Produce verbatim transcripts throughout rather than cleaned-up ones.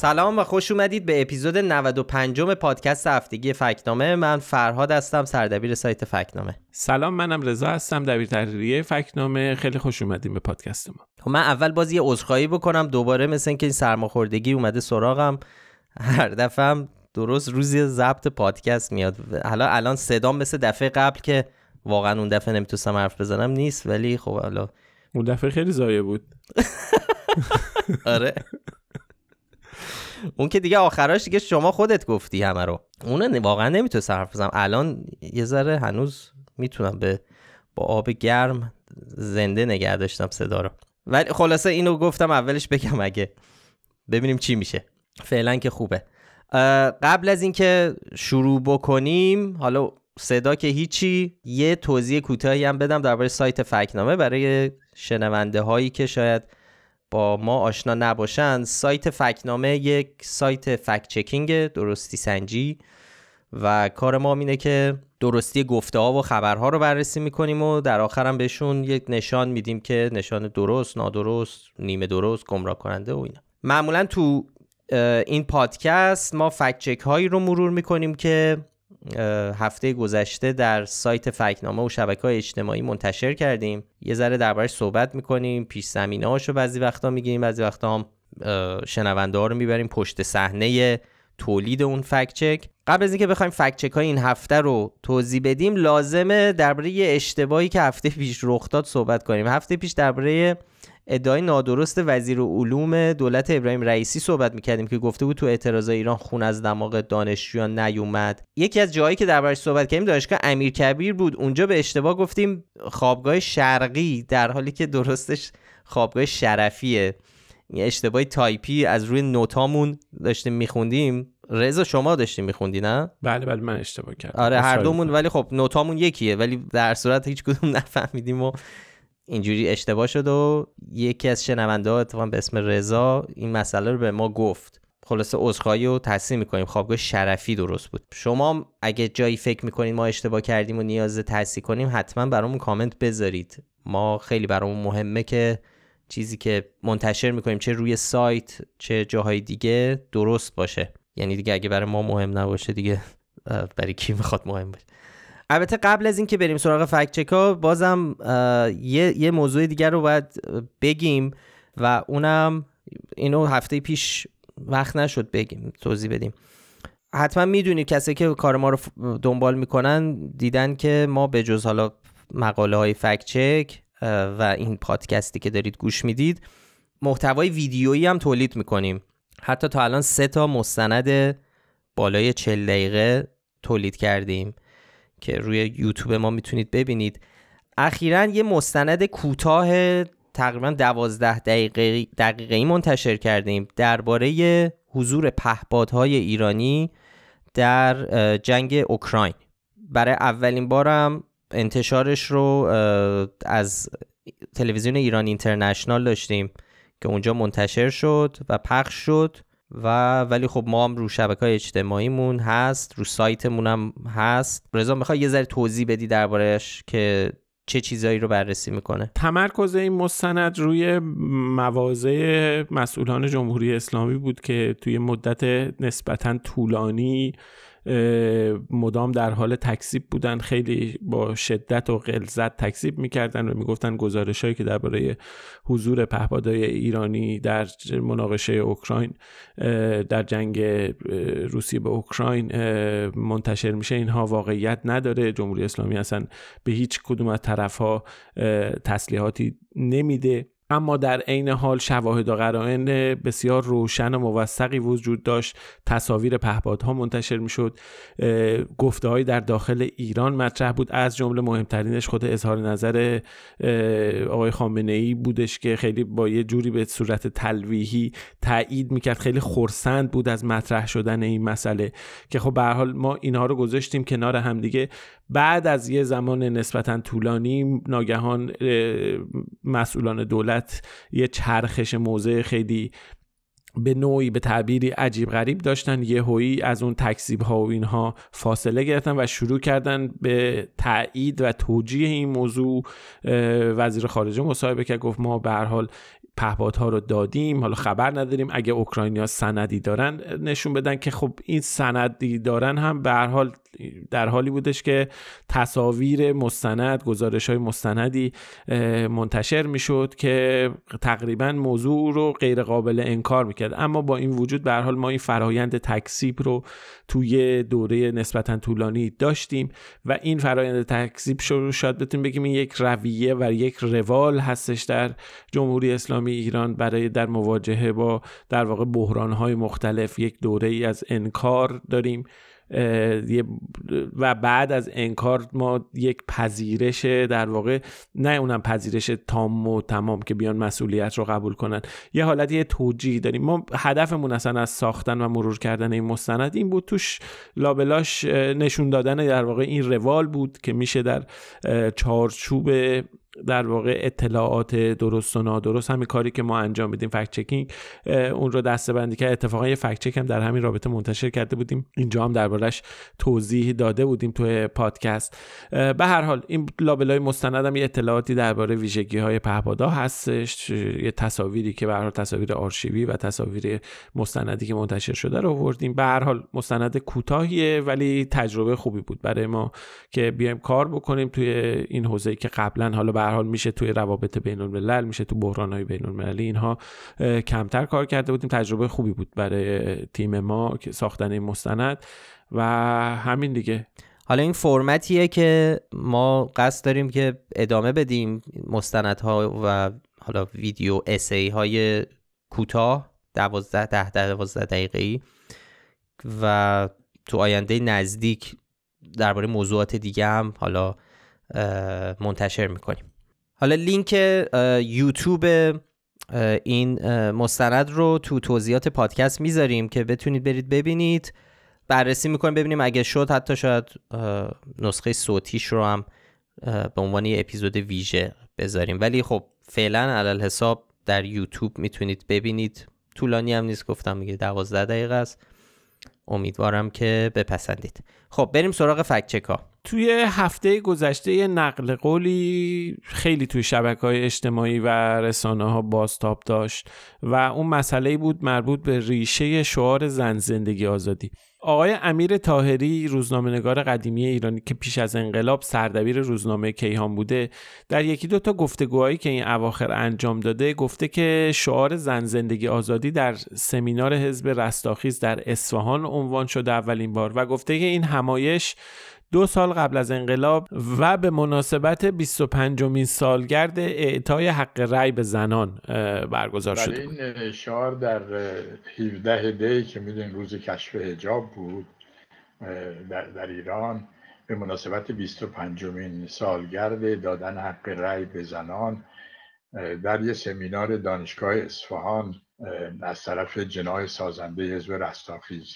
سلام و خوش اومدید به اپیزود نود و پنجم پادکست هفتگی فکت‌نامه. من فرهاد هستم، سردبیر سایت فکت‌نامه. سلام، منم رضا هستم، دبیر تحریریه فکت‌نامه. خیلی خوش اومدین به پادکست ما. من اول باز یه عذرخواهی بکنم، دوباره مثل اینکه این سرماخوردگی اومده سراغم، هر دفعه درست روزی ضبط پادکست میاد. حالا الان صدام مثل دفعه قبل که واقعا اون دفعه نمیتونستم حرف بزنم نیست، ولی خب حالا اون دفعه خیلی ضایع بود. آره اون که دیگه آخراش دیگه شما خودت گفتی همه رو، اون واقعا نمیتونستم حرف بزنم. الان یه ذره هنوز میتونم به با آب گرم زنده نگه داشتم صدا رو، ولی خلاصه اینو گفتم اولش بگم اگه ببینیم چی میشه. فعلا که خوبه. قبل از اینکه شروع بکنیم، حالا صدا که هیچی، یه توضیح کوتاهی هم بدم درباره سایت فکت‌نامه برای شنونده هایی که شاید با ما آشنا نباشن. سایت فکت‌نامه یک سایت فکت چکینگ، درستی سنجی، و کار ما اینه که درستی گفته ها و خبرها رو بررسی میکنیم و در آخر هم بهشون یک نشان میدیم که نشان درست، نادرست، نیمه درست، گمراه کننده و اینا. معمولا تو این پادکست ما فکت چک هایی رو مرور میکنیم که هفته گذشته در سایت فکت‌نامه و شبکه‌های اجتماعی منتشر کردیم. یه ذره دربارش صحبت میکنیم، پیش زمینه‌هاشو بعضی وقتا میگیم، بعضی وقتا هم شنونده‌ها رو میبریم پشت صحنه تولید اون فکت چک. قبل از اینکه بخوایم فکت چک های این هفته رو توضیح بدیم، لازمه درباره یه اشتباهی که هفته پیش رخ داد صحبت کنیم. هفته پیش درباره ادعای نادرست وزیر علوم دولت ابراهیم رئیسی صحبت میکردیم که گفته بود تو اعتراضای ایران خون از دماغ دانشجویان نیومد. یکی از جایی که دربارش صحبت کردیم دانشگاه امیرکبیر بود. اونجا به اشتباه گفتیم خوابگاه شرقی، در حالی که درستش خوابگاه شرفیه. این اشتباهی تایپی از روی نوتامون داشتیم میخوندیم. رضا شما داشتیم میخوندی نه؟ بله بله من اشتباه کردم. آره هر دومون، ولی خب نوتامون یکیه، ولی در صورت هیچ کدوم نفهمیدیم و اینجوری اشتباه شد و یکی از شنونده‌ها اتفاقا به اسم رضا این مسئله رو به ما گفت. خلاصه عذرخواهی و تصحیح می‌کنیم، خوابگاه شرفی درست بود. شما اگه جایی فکر می‌کنید ما اشتباه کردیم و نیاز تصحیح کنیم، حتما برامون کامنت بذارید. ما خیلی برامون مهمه که چیزی که منتشر می‌کنیم چه روی سایت چه جاهای دیگه درست باشه. یعنی دیگه اگه برای ما مهم نباشه دیگه برای کی می‌خواد مهم باشه؟ البته قبل از این که بریم سراغ فکت چکا، بازم یه یه موضوع دیگر رو باید بگیم و اونم اینو هفته پیش وقت نشد بگیم توضیح بدیم. حتما میدونید کسی که کار ما رو دنبال میکنن دیدن که ما به جز حالا مقاله های فکت چک و این پادکستی که دارید گوش میدید، محتوای ویدیویی هم تولید میکنیم. حتی تا الان سه تا مستند بالای چهل دقیقه تولید کردیم که روی یوتیوب ما میتونید ببینید. اخیراً یه مستند کوتاه تقریباً دوازده دقیقه دقیقه‌ای منتشر کردیم درباره حضور پهپادهای ایرانی در جنگ اوکراین. برای اولین بارم انتشارش رو از تلویزیون ایران اینترنشنال داشتیم که اونجا منتشر شد و پخش شد و ولی خب ما هم رو شبکه‌های اجتماعیمون هست، رو سایتمون هم هست. رضا میخوای یه ذره توضیح بدی درباره‌اش که چه چیزایی رو بررسی میکنه؟ تمرکز این مستند روی مواضع مسئولان جمهوری اسلامی بود که توی مدت نسبتاً طولانی مدام در حال تکذیب بودن، خیلی با شدت و غلظت تکذیب میکردن و میگفتن گزارشایی که درباره حضور پهپادهای ایرانی در مناقشه اوکراین، در جنگ روسیه به اوکراین منتشر میشه، اینها واقعیت نداره. جمهوری اسلامی اصلا به هیچ کدوم از طرفها تسلیحاتی نمیده. اما در عین حال شواهد و قرائن بسیار روشن و موثقی وجود داشت. تصاویر پهپادها منتشر میشد، گفته‌هایی در داخل ایران مطرح بود. از جمله مهمترینش خود اظهار نظر آقای خامنه‌ای بودش که خیلی با یه جوری به صورت تلویحی تایید میکرد، خیلی خرسند بود از مطرح شدن این مسئله که خب به هر حال ما اینها رو گذاشتیم کنار هم دیگه. بعد از یه زمان نسبتاً طولانی ناگهان مسئولان دولت یه چرخش موضع خیلی به نوعی به تعبیری عجیب غریب داشتن، یهویی از اون تکذیب ها و اینها فاصله گرفتن و شروع کردن به تایید و توجیه این موضوع. وزیر خارجه مصاحبه کرد، گفت ما به هر حال پهپادها رو دادیم، حالا خبر نداریم اگه اوکراینیا سندی دارن نشون بدن که خب این سندی دارن هم به هر حال در حالی بودش که تصاویر مستند، گزارش‌های مستندی منتشر میشد که تقریبا موضوع رو غیر قابل انکار میکرد. اما با این وجود به هر حال ما این فرایند تکذیب رو توی دوره نسبتا طولانی داشتیم و این فرایند تکذیب شروع شد بتونیم بگیم این یک رویه و یک روال هستش در جمهوری اسلامی ایران برای در مواجهه با در واقع بحران‌های مختلف. یک دوره‌ای از انکار داریم و بعد از انکار ما یک پذیرش در واقع، نه اونم پذیرش تام و تمام که بیان مسئولیت رو قبول کنن، یه حالتی توجیه داریم. ما هدفمون اصلا از ساختن و مرور کردن این مستند این بود توش لابلاش نشون دادن در واقع این روال بود که میشه در چارچوب در واقع اطلاعات درست و نادرست، همین کاری که ما انجام میدیم فکت چکینگ اون رو دسته‌بندی کرد. اتفاقا یه فکت چک هم در همین رابطه منتشر کرده بودیم، اینجا هم دربارش توضیح داده بودیم توی پادکست. به هر حال این لابلای مستند هم یه اطلاعاتی درباره ویژگی‌های پهپادها هستش، یه تصاویری که به هر حال تصاویر آرشیوی و تصاویر مستندی که منتشر شده رو آوردیم. به هر حال مستند کوتاهیه ولی تجربه خوبی بود برای ما که بیایم کار بکنیم توی این حوزه‌ای که قبلا حالا به هر حال میشه توی روابط بین‌الملل، میشه تو بحران‌های بین‌المللی اینها کمتر کار کرده بودیم. تجربه خوبی بود برای تیم ما که ساختن این مستند و همین دیگه. حالا این فرمتیه که ما قصد داریم که ادامه بدیم، مستندها و حالا ویدیو اسی های کوتاه دوازده ده دوازده دقیقه‌ای و تو آینده نزدیک درباره موضوعات دیگه هم حالا منتشر میکنیم. حالا لینک یوتیوب این مستند رو تو توضیحات پادکست میذاریم که بتونید برید ببینید، بررسی میکنیم ببینیم اگه شد حتی شاید نسخه صوتیش رو هم به عنوان یه اپیزود ویژه بذاریم، ولی خب فعلا علل حساب در یوتیوب میتونید ببینید. طولانی هم نیست، گفتم میگه دوازده دقیقه است. امیدوارم که بپسندید. خب بریم سراغ فکت چک ها. توی هفته گذشته یه نقل قولی خیلی توی شبکه‌های اجتماعی و رسانه‌ها بازتاب داشت و اون مسئله بود مربوط به ریشه شعار زن زندگی آزادی. آقای امیر طاهری، روزنامه‌نگار قدیمی ایرانی که پیش از انقلاب سردبیر روزنامه کیهان بوده، در یکی دو تا گفتگوهایی که این اواخر انجام داده گفته که شعار زن زندگی آزادی در سمینار حزب رستاخیز در اصفهان عنوان شده اولین بار و گفته که این همایش دو سال قبل از انقلاب و به مناسبت بیست و پنجمین سالگرد اعطای حق رأی به زنان برگزار شده. این شعار در هفده دی که میدونید روز کشف حجاب بود در, در ایران، به مناسبت بیست و پنجمین سالگرد دادن حق رأی به زنان در یک سمینار دانشگاه اصفهان از طرف جناح سازنده حزب رستاخیز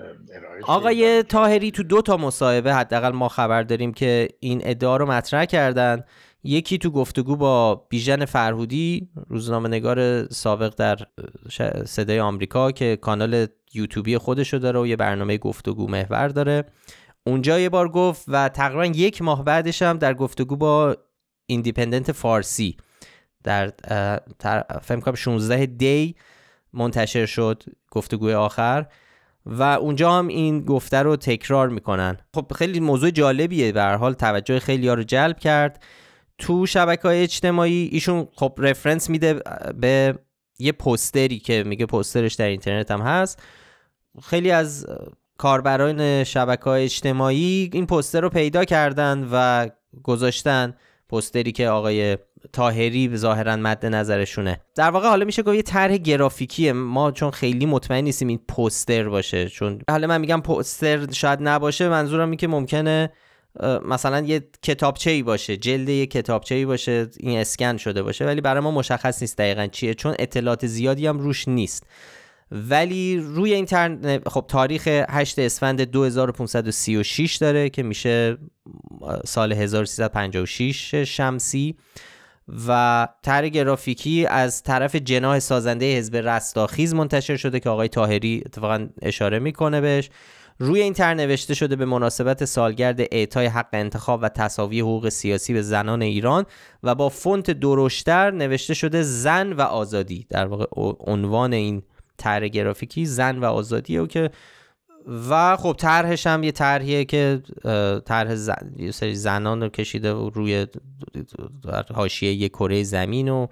آقای طاهری تو دو تا مصاحبه حداقل ما خبر داریم که این ادعا رو مطرح کردن. یکی تو گفتگو با بیژن فرهودی، روزنامه‌نگار سابق در صدای آمریکا که کانال یوتیوبی خودشو داره و یه برنامه گفتگو محور داره، اونجا یه بار گفت و تقریبا یک ماه بعدش هم در گفتگو با ایندیپندنت فارسی در فکر کنم شانزده دی منتشر شد گفتگوی آخر و اونجا هم این گفته رو تکرار میکنن. خب خیلی موضوع جالبیه، به هر حال توجه خیلی‌ها رو جلب کرد. تو شبکه‌های اجتماعی ایشون خب رفرنس میده به یه پوستری که میگه پوسترش در اینترنت هم هست. خیلی از کاربران شبکه‌های اجتماعی این پوستر رو پیدا کردن و گذاشتن، پوستری که آقای طاهری ظاهرا مد نظرشونه. در واقع حالا میشه گفت یه طرح گرافیکیه، ما چون خیلی مطمئن نیستیم این پوستر باشه، چون حالا من میگم پوستر شاید نباشه، منظورم اینه که ممکنه مثلا یه کتابچه‌ای باشه، جلد یه کتابچه‌ای باشه این اسکن شده باشه، ولی برای ما مشخص نیست دقیقاً چیه چون اطلاعات زیادی هم روش نیست. ولی روی اینترنت خب تاریخ هشتم اسفند دو هزار و پانصد و سی و شش داره که میشه سال هزار و سیصد و پنجاه و شش شمسی و طرح گرافیکی از طرف جناح سازنده حزب رستاخیز منتشر شده که آقای طاهری اتفاقا اشاره میکنه بهش. روی این طرح نوشته شده به مناسبت سالگرد اعطای حق انتخاب و تساوی حقوق سیاسی به زنان ایران و با فونت درشتر نوشته شده زن و آزادی. در واقع عنوان این طرح گرافیکی زن و آزادیه و که و خب طرحش هم یه طرحیه که طرح زن... یه سری زنان رو کشیده روی حاشیه یه کره زمین و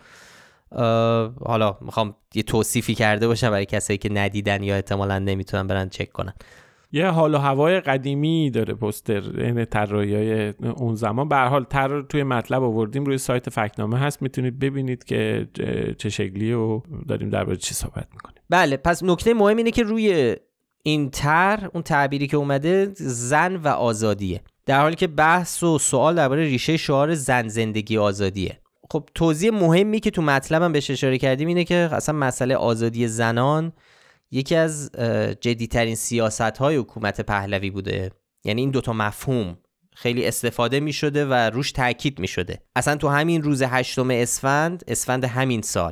حالا میخوام یه توصیفی کرده باشم برای کسایی که ندیدن یا احتمالاً نمیتونن برن چک کنن. یه حال و هوای قدیمی داره پوستر، این طراحیای اون زمان. به هر حال طرح توی مطلب آوردیم، روی سایت فکتنامه هست، میتونید ببینید که چه شکلیه و داریم درباره چی صحبت میکنیم. بله، پس نکته مهم اینه که روی این طرح اون تعبیری که اومده زن و آزادیه، در حالی که بحث و سوال درباره ریشه شعار زن زندگی آزادیه. خب توضیح مهمی که تو مطلبم بهش اشاره کردیم اینه که اصلا مسئله آزادی زنان یکی از جدی‌ترین سیاست‌های حکومت پهلوی بوده. یعنی این دوتا مفهوم خیلی استفاده می شده و روش تاکید می شده. اصلا تو همین روز هشتم اسفند اسفند همین سال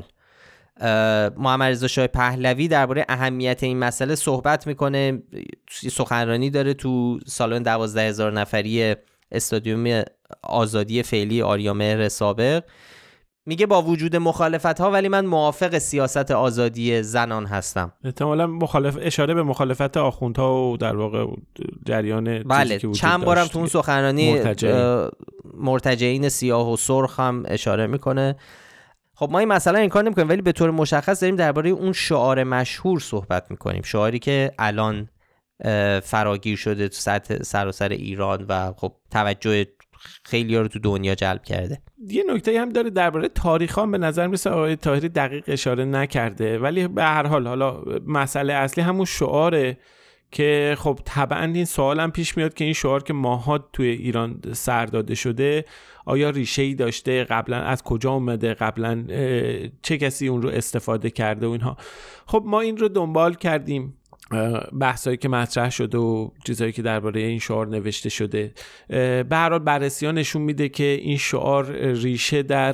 محمد رضا شاه پهلوی درباره اهمیت این مسئله صحبت میکنه، سخنرانی داره تو سالن دوازده هزار نفری استادیوم آزادی فعلی آریامهر سابق. میگه با وجود مخالفت ها ولی من موافق سیاست آزادی زنان هستم. احتمالاً مخالف اشاره به مخالفت آخوندها و در واقع جریان بله که چند بارم تو اون سخنرانی مرتجعین. مرتجعین سیاه و سرخ هم اشاره میکنه. خب ما این مسئله این کار نمیکنیم ولی به طور مشخص داریم درباره اون شعار مشهور صحبت میکنیم، شعاری که الان فراگیر شده تو سطح سراسر ایران و خب توجه خیلی‌ها رو تو دنیا جلب کرده. یه نکته هم داره درباره تاریخان، به نظر میسه آقای طاهری دقیق اشاره نکرده، ولی به هر حال حالا مسئله اصلی همون شعاره که خب طبعا این سوال هم پیش میاد که این شعار که ماها توی ایران سر داده شده آیا ریشه‌ای داشته، قبلا از کجا اومده، قبلا چه کسی اون رو استفاده کرده و اینها. خب ما این رو دنبال کردیم، بحثایی که مطرح شده و چیزایی که درباره این شعار نوشته شده. به هر حال بررسی‌ها نشون میده که این شعار ریشه در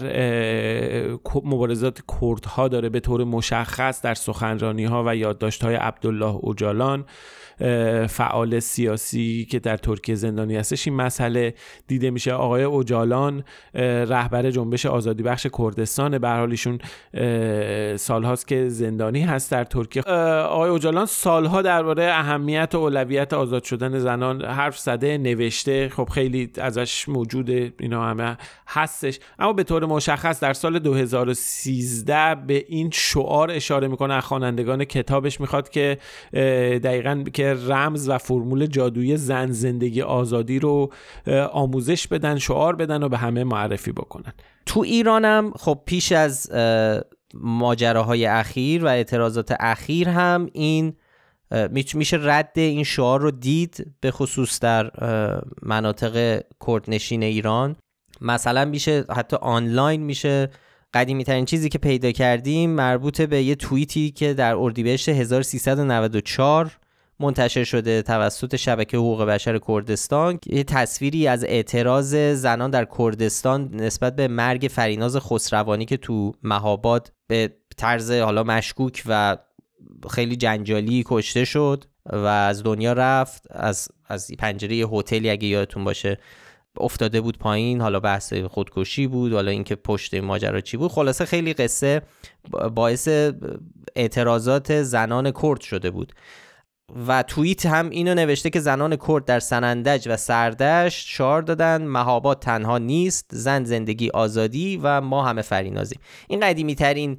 مبارزات کردها داره، به طور مشخص در سخنرانی‌ها و یادداشت‌های عبدالله اوجالان، فعال سیاسی که در ترکیه زندانی هستش، این مسئله دیده میشه. آقای اوجالان رهبر جنبش آزادی بخش کردستان، به هر حال ایشون سالهاست که زندانی هست در ترکیه. آقای اوجالان سالها درباره اهمیت و اولویت آزاد شدن زنان حرف زده، نوشته، خب خیلی ازش موجوده، اینا همه هستش. اما به طور مشخص در سال دو هزار و سیزده به این شعار اشاره میکنه، از خوانندگان کتابش میخواد که دقیقاً که رمز و فرمول جادویی زن زندگی آزادی رو آموزش بدن، شعار بدن و به همه معرفی بکنن. تو ایرانم خب پیش از ماجراهای اخیر و اعتراضات اخیر هم این میشه رد این شعار رو دید، به خصوص در مناطق کردنشین ایران. مثلا میشه حتی آنلاین میشه قدیمی ترین چیزی که پیدا کردیم مربوط به یه توییتی که در اردیبهشت هزار و سیصد و نود و چهار منتشر شده توسط شبکه حقوق بشر کردستان، یه تصویری از اعتراض زنان در کردستان نسبت به مرگ فریناز خسروانی که تو مهاباد به طرز حالا مشکوک و خیلی جنجالی کشته شد و از دنیا رفت، از از پنجره هتلی اگه یادتون باشه افتاده بود پایین، حالا بحث خودکشی بود، حالا اینکه پشت ماجرا چی بود. خلاصه خیلی قصه باعث اعتراضات زنان کرد شده بود و توییت هم اینو نوشته که زنان کرد در سنندج و سردشت شعار دادن مهاباد تنها نیست، زن زندگی آزادی و ما همه فرینازیم. این قدیمی ترین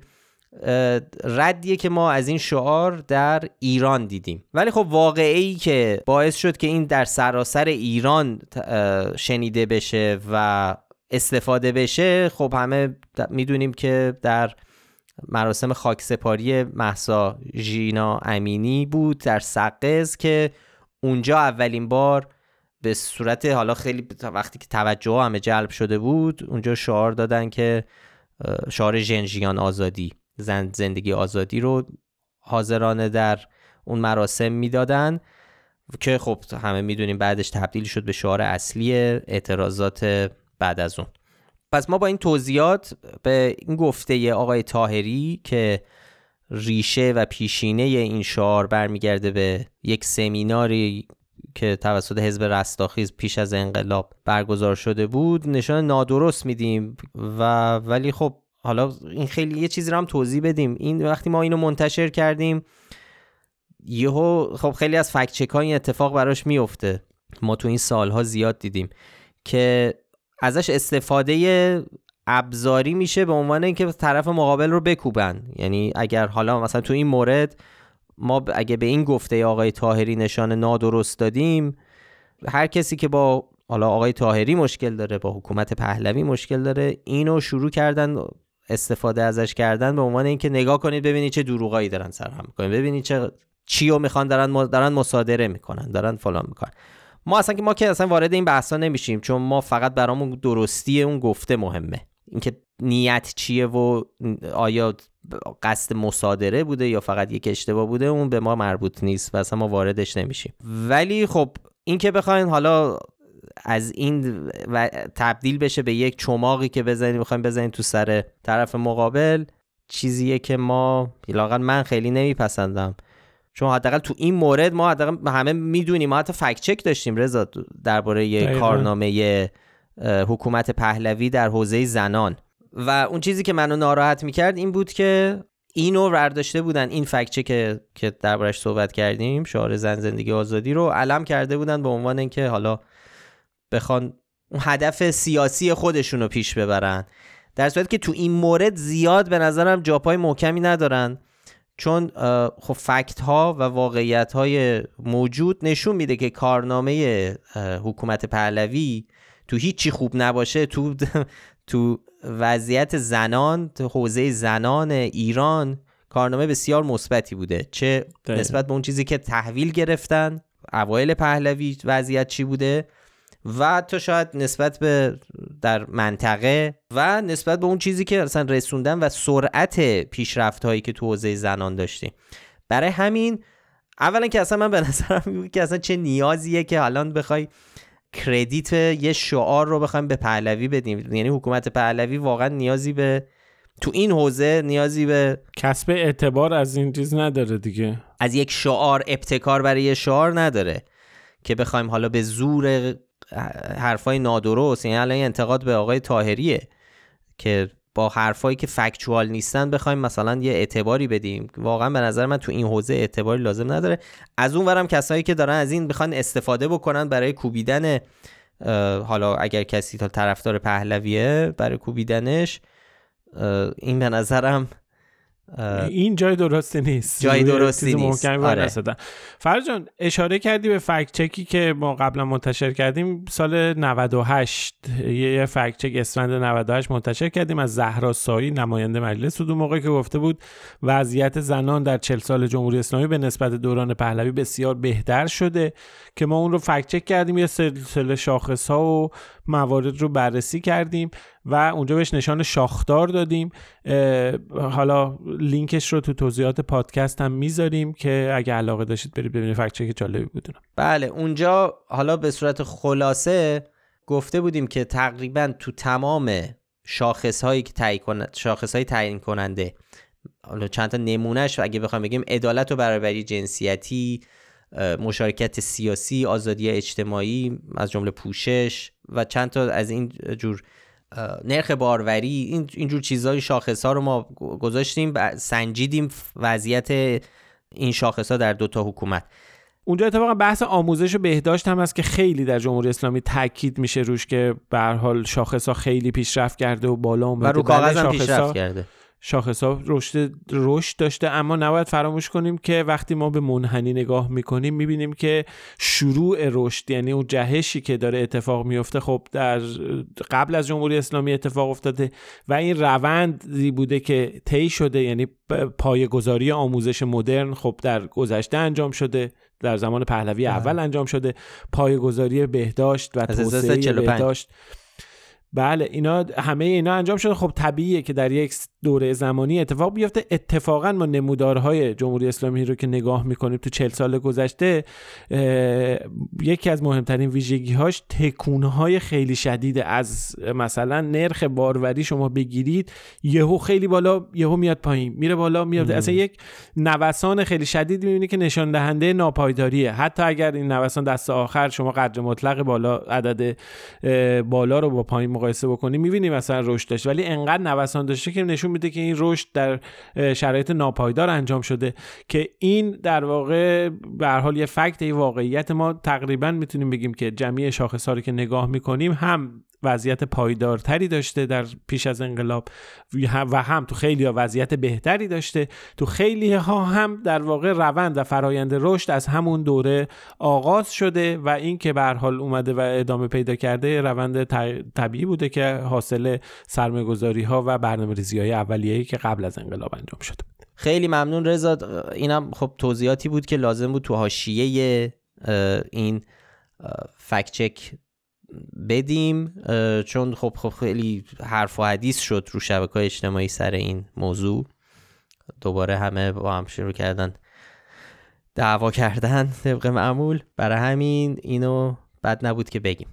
ردیه که ما از این شعار در ایران دیدیم. ولی خب واقعی که باعث شد که این در سراسر ایران شنیده بشه و استفاده بشه، خب همه میدونیم که در مراسم خاکسپاری مهسا ژینا امینی بود در سقز که اونجا اولین بار به صورت حالا خیلی وقتی که توجه همه جلب شده بود اونجا شعار دادن که شعار ژنژیان آزادی، زن زندگی آزادی رو حاضرانه در اون مراسم میدادن که خب همه میدونیم بعدش تبدیل شد به شعار اصلی اعتراضات بعد از اون. پس ما با این توضیحات به این گفته آقای طاهری که ریشه و پیشینه این شعار برمیگرده به یک سمیناری که توسط حزب رستاخیز پیش از انقلاب برگزار شده بود نشان نادرست میدیم. و ولی خب حالا این خیلی یه چیزی رو هم توضیح بدیم. این وقتی ما اینو منتشر کردیم یهو خب خیلی از فکت چک ها این اتفاق براش میفته. ما تو این سالها زیاد دیدیم که ازش استفاده ابزاری میشه به عنوان اینکه طرف مقابل رو بکوبن. یعنی اگر حالا مثلا تو این مورد ما اگه به این گفته آقای طاهری نشان نادرست دادیم، هر کسی که با حالا آقای طاهری مشکل داره، با حکومت پهلوی مشکل داره، اینو شروع کردن استفاده ازش کردن به عنوان اینکه نگاه کنید ببینید چه دروغایی دارن سرهم میکنن، ببینید چه چیو میخوان دارن دارن مصادره میکنن، دارن فلان میکنن. ما اصلا که ما که اصلا وارد این بحثا نمیشیم، چون ما فقط برامون درستی اون گفته مهمه. اینکه نیت چیه و آیا قصد مصادره بوده یا فقط یک اشتباه بوده اون به ما مربوط نیست و اصلا ما واردش نمیشیم. ولی خب این که بخواین حالا از این و تبدیل بشه به یک چماقی که بزنید بخوایم بزنید تو سر طرف مقابل، چیزیه که ما لااقل من خیلی نمیپسندم. چون حداقل تو این مورد ما حداقل همه میدونیم، ما حتی فکت چک داشتیم رضا درباره یه کارنامه حکومت پهلوی در حوزه زنان و اون چیزی که منو ناراحت میکرد این بود که اینو برداشته بودن، این فکت چک که دربارش صحبت کردیم، شعار زن زندگی آزادی رو علم کرده بودن به عنوان اینکه حالا بخوان اون هدف سیاسی خودشون رو پیش ببرن، در صورتی که تو این مورد زیاد به نظرم جاپای محکمی ندارن. چون خب فکت ها و واقعیت های موجود نشون میده که کارنامه حکومت پهلوی تو هیچی خوب نباشه، تو تو وضعیت زنان، تو حوزه زنان ایران کارنامه بسیار مثبتی بوده. چه داید. نسبت به اون چیزی که تحویل گرفتن اوایل پهلوی وضعیت چی بوده و تو شاید نسبت به در منطقه و نسبت به اون چیزی که اصلا رسوندن و سرعت پیشرفت هایی که تو حوزه زنان داشتیم. برای همین اولا که اصلا من به نظرم میاد که اصلا چه نیازیه که الان بخوای کردیت یه شعار رو بخوایم به پهلوی بدیم. یعنی حکومت پهلوی واقعا نیازی به تو این حوزه نیازی به کسب اعتبار از این چیز نداره دیگه، از یک شعار ابتکار برای یه شعار نداره که بخوایم حالا به زور حرفای نادرست، یعنی الان انتقاد به آقای طاهریه که با حرفایی که فکچوال نیستن بخوایم مثلا یه اعتباری بدیم. واقعا به نظر من تو این حوزه اعتباری لازم نداره. از اون ورم کسایی که دارن از این بخوان استفاده بکنن برای کوبیدن، حالا اگر کسی تا طرفدار پهلویه برای کوبیدنش، این به نظرم این جای درستی نیست، جای درستی نیست. آره. فرج جان اشاره کردی به فکت چکی که ما قبلا منتشر کردیم سال نود و هشت، یه فکت چک اسفند نود و هشت منتشر کردیم از زهرا سایی نماینده مجلس بود، اون موقع که گفته بود وضعیت زنان در چهل سال جمهوری اسلامی به نسبت دوران پهلوی بسیار بهتر شده، که ما اون رو فکت چک کردیم، یه سلسله شاخص‌ها و موارد رو بررسی کردیم و اونجا بهش نشان شاخدار دادیم. حالا لینکش رو تو توضیحات پادکست هم میذاریم که اگه علاقه داشتید برید ببینید، فکت چک جالبی بودونه. بله اونجا حالا به صورت خلاصه گفته بودیم که تقریبا تو تمام شاخص‌هایی که تعیین کننده، شاخص‌های تعیین کننده، حالا چند تا نمونهش اگه بخوایم بگیم، عدالت و برابری جنسیتی، مشارکت سیاسی، آزادی اجتماعی از جمله پوشش و چند تا از این جور، نرخ باروری، این اینجور چیزای شاخص ها رو ما گذاشتیم، سنجیدیم وضعیت این شاخص ها در دوتا حکومت. اونجا اتفاقا بحث آموزش و بهداشت هم هست که خیلی در جمهوری اسلامی تاکید میشه روش که به هر حال شاخص ها خیلی پیشرفت کرده و بالا اومده و رو کاغذ هم پیشرفت کرده، شاخص‌ها رشد رشد داشته. اما نباید فراموش کنیم که وقتی ما به منحنی نگاه میکنیم میبینیم که شروع رشد، یعنی اون جهشی که داره اتفاق میفته، خب در قبل از جمهوری اسلامی اتفاق افتاده و این روندی بوده که طی شده. یعنی پایه‌گذاری آموزش مدرن خب در گذشته انجام شده، در زمان پهلوی اول انجام شده. پایه‌گذاری بهداشت و توسعه بهداشت بله اینا همه اینا انجام شده. خب طبیعیه که در یک دوره زمانی اتفاق بیفته. اتفاقا ما نمودارهای جمهوری اسلامی رو که نگاه میکنیم تو چهل سال گذشته، یکی از مهمترین ویژگی‌هاش تکون‌های خیلی شدید از مثلا نرخ باروری شما بگیرید، یهو خیلی بالا یهو میاد پایین، میره بالا میاد. اصلا یک نوسان خیلی شدید میبینی که نشان دهنده ناپایداریه. حتی اگر این نوسان دست آخر شما قدر مطلق بالا عدد بالا رو با پایین مقایسه بکنی میبینی مثلا رشد داشت، ولی انقدر نوسان داشته که نشون میده که این رشد در شرایط ناپایدار انجام شده، که این در واقع به هر حال یه فکت، یه واقعیت. ما تقریبا میتونیم بگیم که جمعی شاخص‌ها رو که نگاه میکنیم هم وضعیت پایدارتری داشته در پیش از انقلاب و هم تو خیلی ها وضعیت بهتری داشته، تو خیلی ها هم در واقع روند و فرایند رشد از همون دوره آغاز شده و این که به هر حال اومده و ادامه پیدا کرده روند طبیعی بوده که حاصل سرمایه‌گذاری ها و برنامه‌ریزی های اولیه‌ای که قبل از انقلاب انجام شده. خیلی ممنون رضا. اینم خب توضیحاتی بود که لازم بود تو حاشیه این فکت چک بدیم، چون خب خب خیلی حرف و حدیث شد رو شبکه‌های اجتماعی سر این موضوع. دوباره همه با هم شروع کردن دعوا کردن طبق معمول، برای همین اینو بد نبود که بگیم.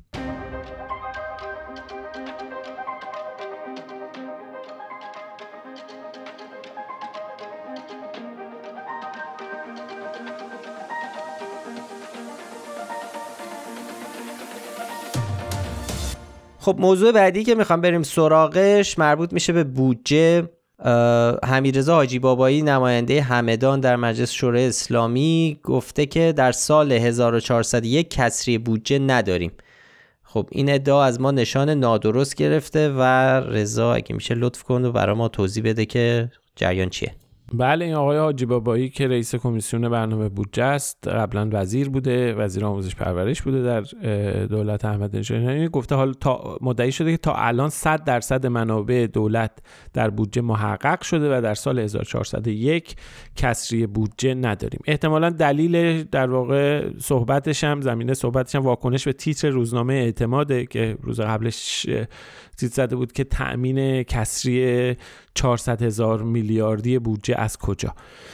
خب موضوع بعدی که میخوام بریم سراغش مربوط میشه به بودجه. حمیدرضا حاجی بابایی نماینده همدان در مجلس شورای اسلامی گفته که در سال هزار و چهارصد و یک کسری بودجه نداریم. خب این ادعا از ما نشان نادرست گرفته و رضا اگه میشه لطف کن و برای ما توضیح بده که جریان چیه. بله، این آقای حاجی بابایی که رئیس کمیسیون برنامه بودجه است، قبلا وزیر بوده، وزیر آموزش پرورش بوده در دولت احمد نژاد، گفته حالا تا مدعی شده که تا الان صد درصد منابع دولت در بودجه محقق شده و در سال هزار و چهارصد و یک کسری بودجه نداریم. احتمالاً دلیل در واقع صحبتش هم زمینه صحبتش هم واکنش به تیتر روزنامه اعتماده که روز قبلش تیتر زده بود که تأمین کسری چهارصد هزار میلیاردی بودجه از کجا.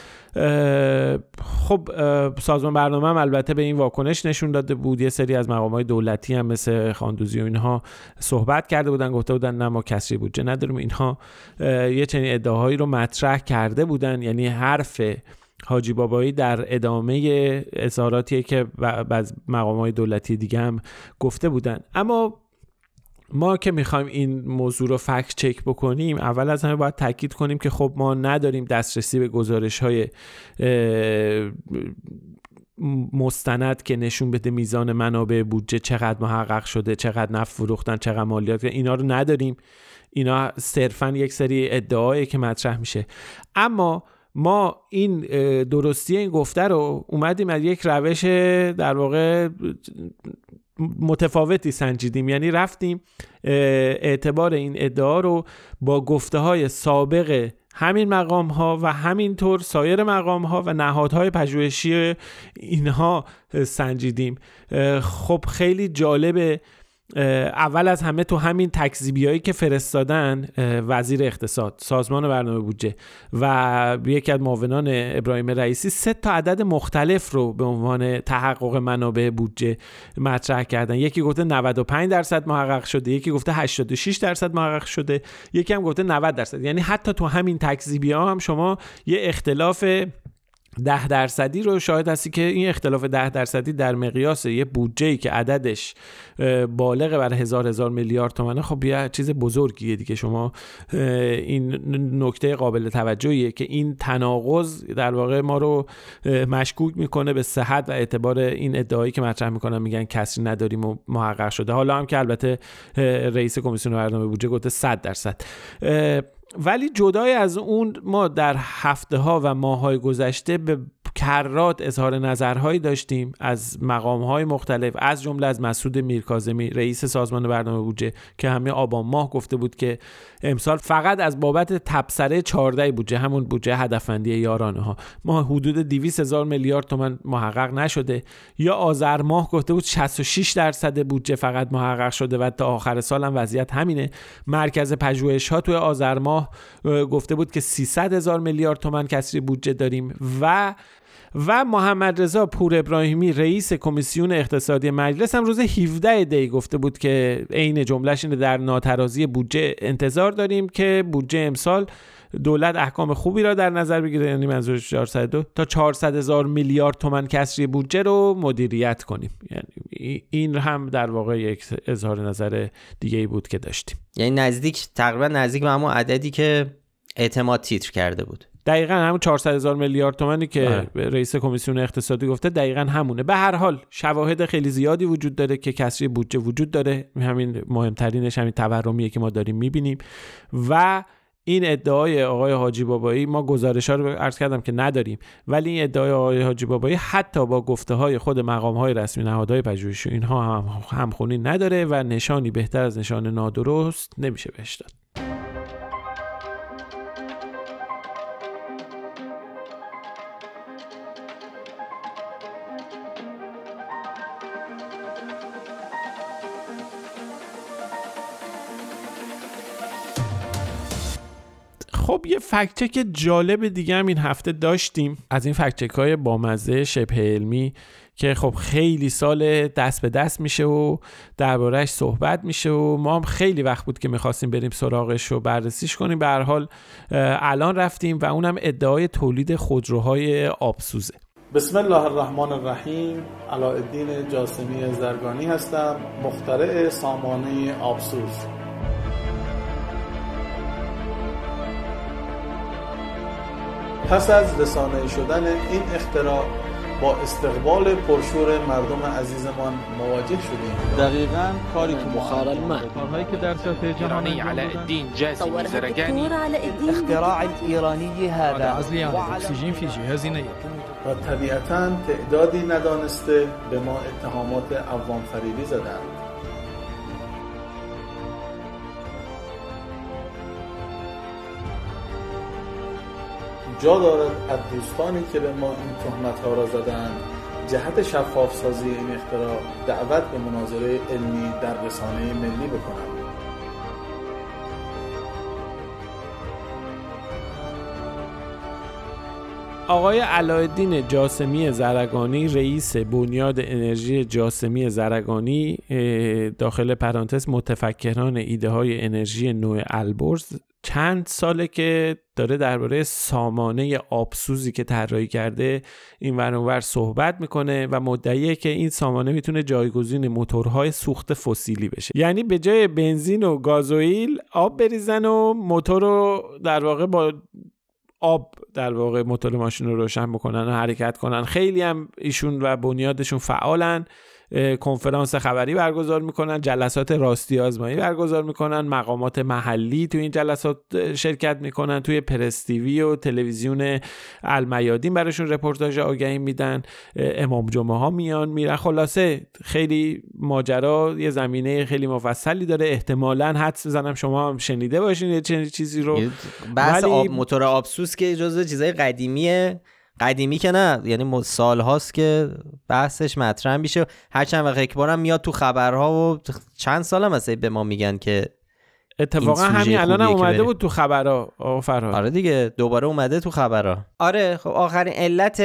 خب سازمان برنامه هم البته به این واکنش نشون داده بود. یه سری از مقامات دولتی هم مثل خاندوزی و اینها صحبت کرده بودن، گفته بودن نه ما کسری بودجه نداریم. اینها یه چنین ادعاهایی رو مطرح کرده بودن. یعنی حرف حاجی بابایی در ادامه اظهاراتیه که بعض مقامات دولتی دیگه هم گفته بودن. اما ما که میخوایم این موضوع رو فکت چک بکنیم، اول از همه باید تاکید کنیم که خب ما نداریم دسترسی به گزارش‌های مستند که نشون بده میزان منابع بودجه چقدر محقق شده، چقدر نفت فروختن، چقدر مالیات، اینا رو نداریم. اینا صرفاً یک سری ادعاایی که مطرح میشه. اما ما این درستی این گفته رو اومدیم از یک روش در واقع متفاوتی سنجیدیم. یعنی رفتیم اعتبار این ادعا رو با گفته های سابق همین مقام ها و همینطور سایر مقام ها و نهادهای پژوهشی اینها سنجیدیم. خب خیلی جالبه. اول از همه تو همین تکذیبیایی که فرستادن وزیر اقتصاد، سازمان برنامه بودجه و یکی از معاونان ابراهیم رئیسی سه تا عدد مختلف رو به عنوان تحقق منابع بودجه مطرح کردن. یکی گفته نود و پنج درصد محقق شده، یکی گفته هشتاد و شش درصد محقق شده، یکی هم گفته نود درصد. یعنی حتی تو همین تکذیبی‌ها هم شما یه اختلاف ده درصدی رو شاهد هستی که این اختلاف ده درصدی در مقیاس یه بودجه‌ای که عددش بالغ بر هزار هزار میلیارد تومانه، خب یه چیز بزرگیه دیگه. شما این نکته قابل توجهیه که این تناقض در واقع ما رو مشکوک میکنه به صحت و اعتبار این ادعایی که مطرح میکنن، میگن کسی نداریم و محقق شده. حالا هم که البته رئیس کمیسیون برنامه بودجه گفته صد درصد. ولی جدای از اون ما در هفته ها و ماه های گذشته به کرات اظهار نظرهایی داشتیم از مقام‌های مختلف، از جمله از مسعود میرکاظمی رئیس سازمان برنامه بودجه که همه آبان ماه گفته بود که امسال فقط از بابت تبصره چهارده بودجه، همون بودجه هدفمندی یارانه ها، ما حدود دویست هزار میلیارد تومان محقق نشده. یا آذر ماه گفته بود شصت و شش درصد بودجه فقط محقق شده و تا آخر سال هم وضعیت همینه. مرکز پژوهش‌ها توی آذر ماه گفته بود که سیصد هزار میلیارد تومان کسری بودجه داریم و و محمد رضا پور ابراهیمی رئیس کمیسیون اقتصادی مجلس هم روز هفدهم دی گفته بود که عین جملهش اینه در ناترازی بودجه انتظار داریم که بودجه امسال دولت احکام خوبی را در نظر بگیره، یعنی منظورش چهارصد و دو تا چهارصد هزار میلیارد تومان کسری بودجه رو مدیریت کنیم. یعنی این هم در واقع یک اظهار نظر دیگه ای بود که داشتیم، یعنی نزدیک تقریبا نزدیک به همون عددی که اعتماد تیتر کرده بود. دقیقاً همون چهارصد هزار میلیارد تومانی که آه. رئیس کمیسیون اقتصادی گفته دقیقاً همونه. به هر حال شواهد خیلی زیادی وجود داره که کسری بودجه وجود داره، همین مهمترینش همین تورمیه که ما داریم میبینیم و این ادعای آقای حاجی بابایی ما گزارش‌ها رو عرض کردم که نداریم، ولی این ادعای آقای حاجی بابایی حتی با گفته‌های خود مقام‌های رسمی نهادهای پژوهشی اینها هم همخوانی نداره و نشانی بهتر از نشان نادرست نمیشه بهش داد. خب یه فکت چک جالب دیگه هم این هفته داشتیم از این فکت چک های بامزه شبه علمی که خب خیلی سال دست به دست میشه و درباره‌اش صحبت میشه و ما هم خیلی وقت بود که میخواستیم بریم سراغش و بررسیش کنیم. به هر حال الان رفتیم و اونم ادعای تولید خودروهای آبسوزه. بسم الله الرحمن الرحیم. علاءالدین جاسمی زرگانی هستم، مخترع سامانه آبسوز. پس از رسانه‌ای شدن این اختراع با استقبال پرشور مردم عزیزمان مواجه شدیم. دقیقاً کاری که بخار الماء، کارهایی که در سطح جهانی علاءالدین جاسمی زرگانی اختراع الإيراني هذا عزلیان اکسیژن فی جهاز نیت و طبیعتاً تعدادی ندانسته به ما اتهامات عوام فریبی زدند. جا دارد از دوستانی که به ما این تهمت‌ها را زدند جهت شفاف سازی این اختراع دعوت به مناظره علمی در رسانه ملی بکنم. آقای علاءالدین جاسمی زرگانی رئیس بنیاد انرژی جاسمی زرگانی داخل پرانتز متفکران ایده های انرژی نوع البرز چند ساله که داره درباره سامانه آبسوزی که طراحی کرده این ور اون ور صحبت میکنه و مدعیه که این سامانه میتونه جایگزین موتورهای سوخت فسیلی بشه، یعنی به جای بنزین و گازوئیل آب بریزن و موتور رو در واقع با آب در واقع موتور ماشین رو روشن بکنن و حرکت کنن. خیلی هم ایشون و بنیادشون فعالن، کنفرانس خبری برگزار میکنن، جلسات راستی آزمایی برگزار میکنن، مقامات محلی توی این جلسات شرکت میکنن، توی پرس تیوی و تلویزیون المیادین براشون رپورتاج آگهی میدن، امام جمعه ها میان میرن. خلاصه خیلی ماجرا یه زمینه خیلی مفصلی داره. احتمالاً حدس بزنم شما هم شنیده باشین یه چنین چیزی رو. بحث ولی... آب موتور آبسوز که جزو چیزای قدیمیه، قدیمی که نه، یعنی سال هاست که بحثش مطرح میشه. هر چند وقت یک بارم میاد تو خبرها و چند سال مثلا به ما میگن که اتفاقا همین الان هم اومده بود تو خبرها. آقا فرهاد آره دیگه دوباره اومده تو خبرها. آره خب آخرین علت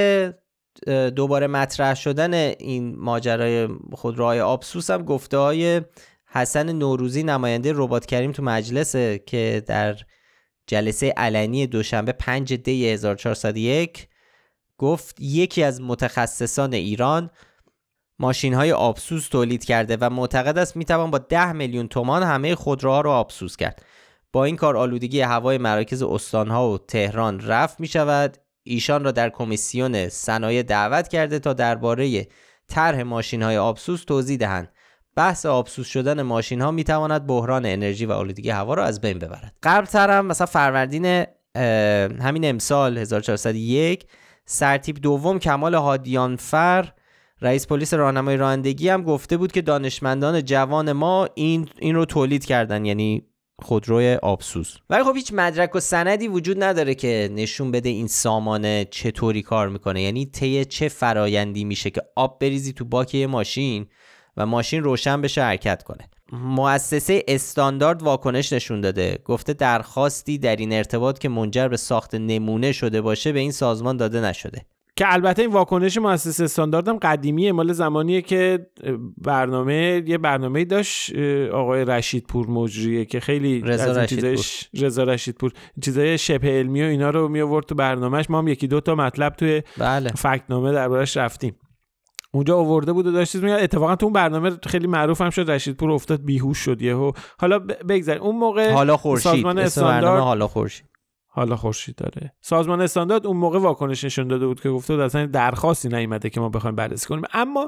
دوباره مطرح شدن این ماجرای خودروهای آبسوز هم گفته های حسن نوروزی نماینده ربات کریم تو مجلسه که در جلسه علنی دوشنبه پنج دی هزار و چهارصد و یک گفت یکی از متخصصان ایران ماشین‌های آبسوز تولید کرده و معتقد است میتوان با ده میلیون تومان همه خودروها را آبسوز کرد. با این کار آلودگی هوای مراکز استان‌ها و تهران رفع می‌شود. ایشان را در کمیسیون صنایع دعوت کرده تا درباره طرح ماشین‌های آبسوز توضیح دهند. بحث آبسوز شدن ماشین‌ها میتواند بحران انرژی و آلودگی هوا را از بین ببرد. قبل‌تر هم مثلا فروردین همین امسال هزار و چهارصد و یک سرتیپ دوم کمال هادیانفر رئیس پلیس راهنمای رانندگی هم گفته بود که دانشمندان جوان ما این این رو تولید کردن، یعنی خودروی آبسوز. ولی خب هیچ مدرک و سندی وجود نداره که نشون بده این سامانه چطوری کار میکنه، یعنی طی چه فرایندی میشه که آب بریزی تو باک ماشین و ماشین روشن بشه حرکت کنه. مؤسسه استاندارد واکنش نشون داده، گفته درخواستی در این ارتباط که منجر به ساخت نمونه شده باشه به این سازمان داده نشده. که البته این واکنش مؤسسه استاندارد هم قدیمیه، مال زمانیه که برنامه یه برنامه‌ای داشت آقای رشیدپور مجریه که خیلی رضا رشیدپور رضا رشیدپور چیزای شبه علمی و اینا رو می آورد تو برنامه‌اش. ما هم یکی دو تا مطلب توی بله. فکت‌نامه دربارش رفتیم، اونجا آورده بود و داشت چیز میگه. اتفاقا تو اون برنامه خیلی معروف هم شد، رشیدپور افتاد بیهوش شد یهو. حالا بگذاریم اون موقع حالا خورشید، سازمان استاندارد حالا خورشید حالا خورشید داره. سازمان استاندارد اون موقع واکنش نشون داده بود که گفته بود اصلا درخواستی نیامده که ما بخوایم بررسی کنیم. اما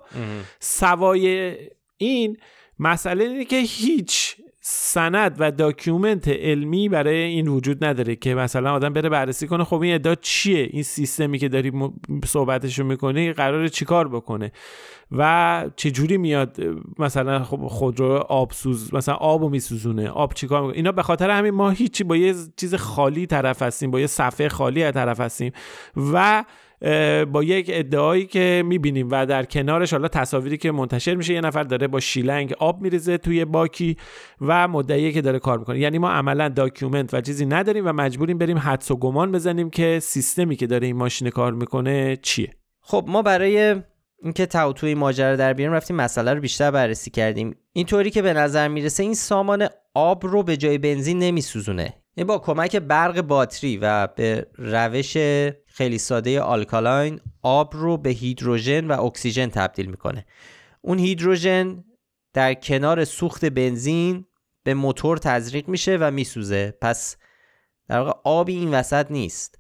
سوای این مسئله اینه که هیچ سند و داکیومنت علمی برای این وجود نداره که مثلا آدم بره بررسی کنه خب این ادعا چیه، این سیستمی که داری صحبتشو میکنی قراره چیکار بکنه و چه جوری میاد مثلا خب خودرو آبسوز مثلا آبو میسوزونه، آب چیکار میکنه. اینا به خاطر همین ما هیچی با یه چیز خالی طرف هستیم، با یه صفحه خالی طرف هستیم و با یک ادعایی که میبینیم و در کنارش حالا تصاویری که منتشر میشه، یه نفر داره با شیلنگ آب میریزه توی باکی و مدعیه که داره کار میکنه. یعنی ما عملا داکیومنت و چیزی نداریم و مجبوریم بریم حدس و گمان بزنیم که سیستمی که داره این ماشین کار میکنه چیه. خب ما برای اینکه تو توی ماجرا در بیاریم رفتیم مسئله رو بیشتر بررسی کردیم. اینطوری که به نظر میرسه این سامان آب رو به جای بنزین نمیسوزونه، این با کمک برق باتری و به روش خیلی ساده آلکالاین آب رو به هیدروژن و اکسیژن تبدیل میکنه. اون هیدروژن در کنار سوخت بنزین به موتور تزریق میشه و میسوزه، پس در واقع آبی این وسط نیست.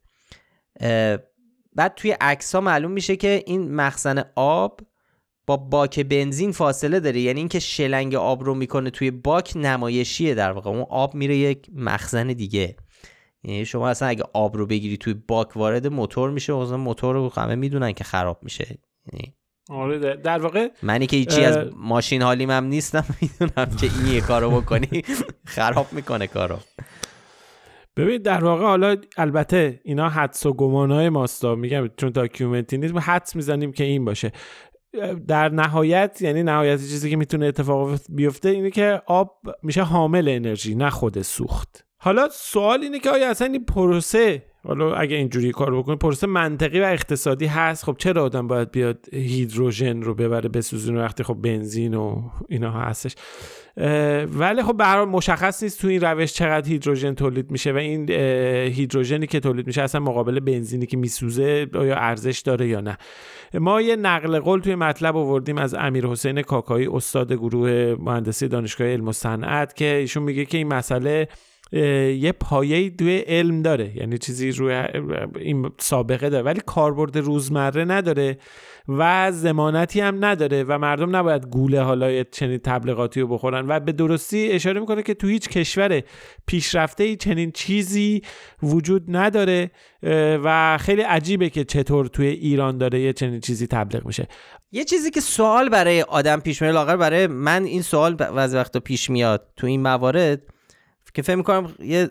بعد توی عکس‌ها معلوم میشه که این مخزن آب با باک بنزین فاصله داره، یعنی اینکه شلنگ آب رو میکنه توی باک نمایشیه، در واقع اون آب میره یک مخزن دیگه. یعنی شما اصلا اگه آب رو بگیری توی باک وارد موتور میشه، اصلا موتور رو همه میدونن که خراب میشه. یعنی آره در واقع منی که هیچی از ماشین حالیم هم نیستم میدونم که این یه کارو بکنی خراب میکنه کارو. ببین در واقع حالا البته اینا حدس و گمانهای ماستا، میگم چون داکیومنتی نیست، ما حدس میزنیم که این باشه. در نهایت یعنی نهایت چیزی که میتونه اتفاق بیفته اینه که آب میشه حامل انرژی نه خود سوخت. حالا سوال اینه که آیا اصلا این پروسه، حالا اگه اینجوری کار بکنه، پروسه منطقی و اقتصادی هست؟ خب چرا آدم باید بیاد هیدروژن رو ببره بسوزونه وقتی خب بنزین و اینا هستش؟ ولی خب به هر حال مشخص نیست تو این روش چقدر هیدروژن تولید میشه و این هیدروژنی که تولید میشه اصلا مقابل بنزینی که میسوزه آیا ارزش داره یا نه. ما یه نقل قول توی مطلب آوردیم از امیرحسین کاکایی، استاد گروه مهندسی دانشگاه علم و صنعت، که ایشون میگه که این مسئله یه پایه‌ای توی علم داره، یعنی چیزی روی این سابقه داره ولی کاربرد روزمره نداره و ضمانتی هم نداره و مردم نباید گوله حالا چنین تبلیغاتی رو بخورن و به درستی اشاره میکنه که تو هیچ کشور پیشرفته‌ای چنین چیزی وجود نداره و خیلی عجیبه که چطور توی ایران داره یه چنین چیزی تبلیغ میشه. یه چیزی که سوال برای آدم پیش میاد، لااقل برای من این سوال بعضی وقتا پیش میاد تو این موارد که فکر میکنم یه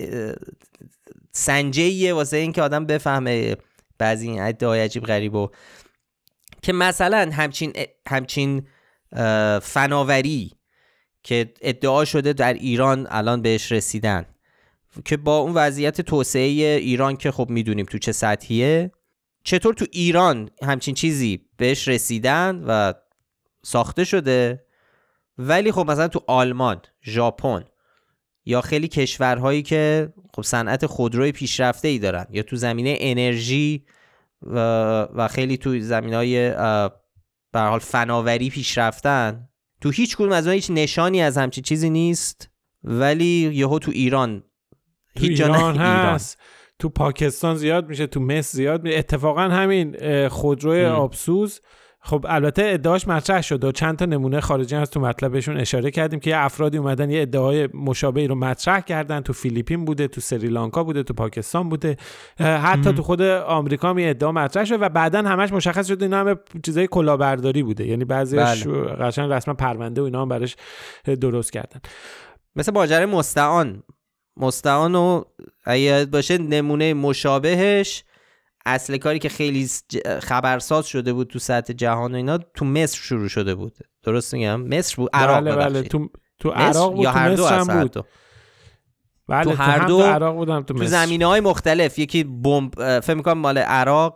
سنجیه واسه این که آدم بفهمه بعضی این ادعای عجیب غریبو، که مثلا همچین همچین فناوری که ادعا شده در ایران الان بهش رسیدن، که با اون وضعیت توسعه ایران که خب میدونیم تو چه سطحیه، چطور تو ایران همچین چیزی بهش رسیدن و ساخته شده، ولی خب مثلا تو آلمان، ژاپن یا خیلی کشورهایی که خب صنعت خودروی پیشرفته‌ای دارن یا تو زمینه انرژی و, و خیلی تو زمینه‌های به هر حال فناوری پیشرفتن، تو هیچ کدوم از اونها هیچ نشانی از همچین چیزی نیست، ولی یهو تو ایران هیچ جا ایران هست. تو پاکستان زیاد میشه، تو مصر زیاد میشه. اتفاقا همین خودروی آبسوز خب البته ادعاش مطرح شد و چند تا نمونه خارجی از تو مطلبشون اشاره کردیم که یه افرادی اومدن یه ادعای مشابهی رو مطرح کردن. تو فیلیپین بوده، تو سریلانکا بوده، تو پاکستان بوده، حتی ام. تو خود آمریکا هم یه ادعا مطرح شد و بعدن همش مشخص شد اینا همه چیزای کلاهبرداری بوده. یعنی بعضیش بله. قشنگ رسما پرونده و اینا هم براش درست کردن. مثل ماجرای مستعان مستعان و اگه باشه نمونه مشابهش، اصل کاری که خیلی خبرساز شده بود تو سطح جهان و اینا تو مصر شروع شده بود. درست میگم؟ مصر بود، عراق بله بله تو تو عراق بود، یا تو هر دو مصر هم بود. دو. بله تو هر دو عراق بودم، تو, تو زمینه‌های مختلف. یکی بمب، فکر می‌کنم مال عراق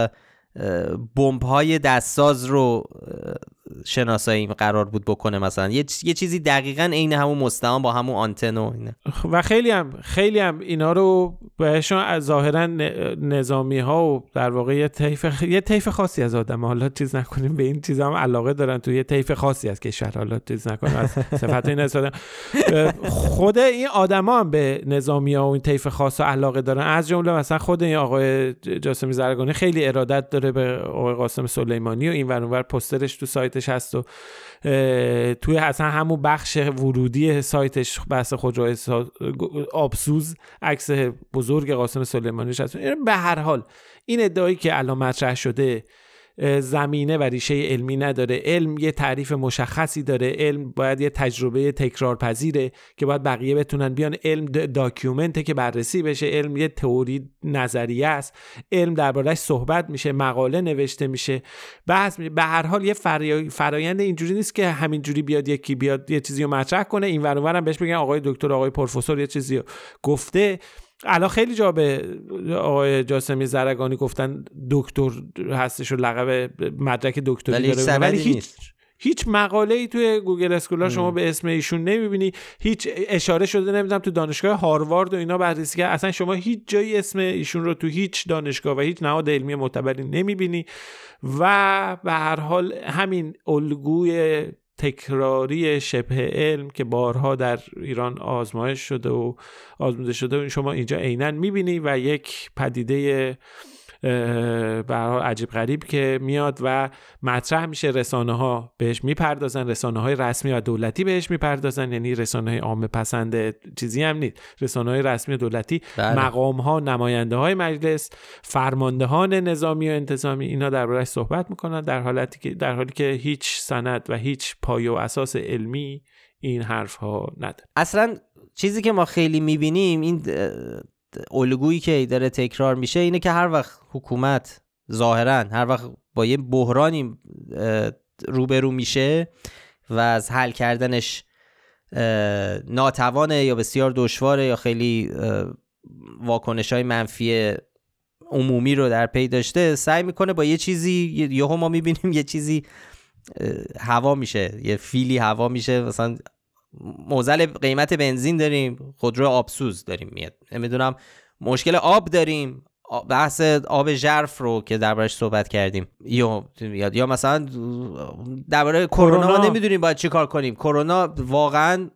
بمب‌های دستساز رو شناسایی قرار بود بکنه مثلا، یه یه چیزی دقیقاً عین همون مستعان با همون آنتن و اینا. و خیلی هم خیلی هم اینا رو بهشون ظاهرا نظامی‌ها و در واقع یه طیف یه طیف خاصی از آدم‌ها، حالا چیز نکنیم به این چیزا هم علاقه دارن، تو یه طیف خاصی از کشور، حالا چیز نکنیم از صفات این استفاده. خود این آدما هم به نظامی‌ها و این طیف خاص علاقه دارن، از جمله مثلا خود این آقای جاسمی زرگانی خیلی ارادت داره به آقای قاسم سلیمانی و این ور اونور پوسترش تو سایتش هست و توی اصلا همون بخش ورودی سایتش بحث خودروهای آبسوز عکس بزرگ قاسم سلیمانیش هست. به هر حال این ادعایی که الان مطرح شده زمینه و ریشه علمی نداره. علم یه تعریف مشخصی داره، علم باید یه تجربه تکرار پذیره که باید بقیه بتونن بیان. علم داکیومنته که بررسی بشه، علم یه تئوری نظریه است، علم درباره‌اش صحبت میشه، مقاله نوشته میشه، بحث میشه. به هر حال یه فرایند اینجوری نیست که همینجوری بیاد یکی بیاد یه چیزی رو مطرح کنه این ور اونورم بهش بگن آقای دکتر آقای پروفسور یه چیزی رو گفته. الان خیلی جا به آقای جاسمی زرگانی گفتن دکتر هستش و لقب مدرک دکتری داره، ولی هیچ هیچ مقاله‌ای توی گوگل اسکولار شما به اسم ایشون نمیبینی، هیچ اشاره شده نمیدونم تو دانشگاه هاروارد و اینا بررسی که اصلا شما هیچ جایی اسم ایشون رو تو هیچ دانشگاه و هیچ نهاد علمی معتبری نمیبینی. و به هر حال همین الگوی تکراری شبه علم که بارها در ایران آزمایش شده و آزموده شده و شما اینجا عیناً میبینی و یک پدیده برای عجیب غریب که میاد و مطرح میشه، رسانه ها بهش میپردازن، رسانه های رسمی و دولتی بهش میپردازن، یعنی رسانه های عامه پسند چیزی هم نیست، رسانه های رسمی و دولتی، مقام ها، نماینده های مجلس، فرماندهان نظامی و انتظامی، اینا درباره‌اش صحبت میکنن در حالتی که در حالی که هیچ سند و هیچ پایه و اساس علمی این حرف ها نداره. اصلا چیزی که ما خیلی میبینیم این الگویی که داره تکرار میشه اینه که هر وقت حکومت ظاهرا هر وقت با یه بحرانی روبرو میشه و از حل کردنش ناتوانه یا بسیار دشواره یا خیلی واکنش‌های منفی عمومی رو در پی داشته، سعی میکنه با یه چیزی، یهو ما میبینیم یه چیزی هوا میشه، یه فیلی هوا میشه، مثلا موزل قیمت بنزین داریم، خودرو آبسوز داریم میاد، نمیدونم مشکل آب داریم، بحث آب ژرف رو که دربارش صحبت کردیم، یا یا مثلا درباره کرونا ما نمیدونیم باید چی کار کنیم. کرونا واقعا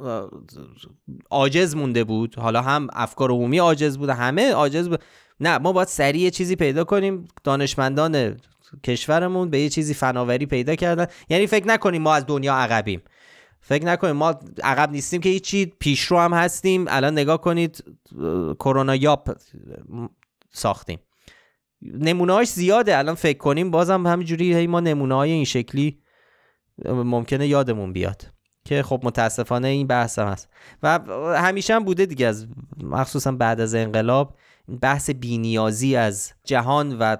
عاجز مونده بود، حالا هم افکار عمومی عاجز بود، همه عاجز بود. نه، ما باید سریع چیزی پیدا کنیم. دانشمندان کشورمون به یه چیزی فناوری پیدا کردن، یعنی فکر نکنیم ما از دنیا عقبیم، فکر نکنیم ما عقب نیستیم که هیچی، پیشرو هم هستیم. الان نگاه کنید کرونا یاپ ساختیم، نمونه‌هاش زیاده. الان فکر کنیم بازم همینجوری هی ما نمونه‌های این شکلی ممکنه یادمون بیاد که خب متاسفانه این بحث هم هست و همیشه هم بوده دیگه، از مخصوصا بعد از انقلاب بحث بی‌نیازی از جهان و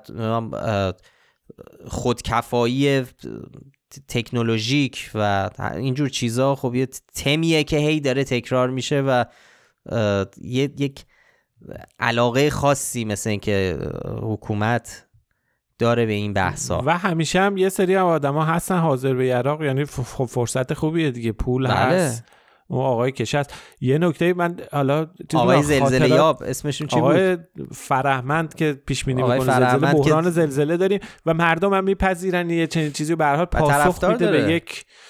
خودکفایی تکنولوژیک و اینجور چیزا خب یه تمیه که هی داره تکرار میشه و یک علاقه خاصی مثل این که حکومت داره به این بحثا و همیشه هم یه سری آدم ها هستن حاضر به یراق، یعنی خب فرصت خوبیه دیگه، پول بله. هست. اون آقای کش هست. یه نکته من حالا آقای زلزله یاب اسمشون چی بود؟ آقای فرهمند که پیش بینی میکنه زلزله، بحران که... زلزله داریم و مردم هم میپذیرن یه چنین چیزی رو به هر حال پاسخ میده به یک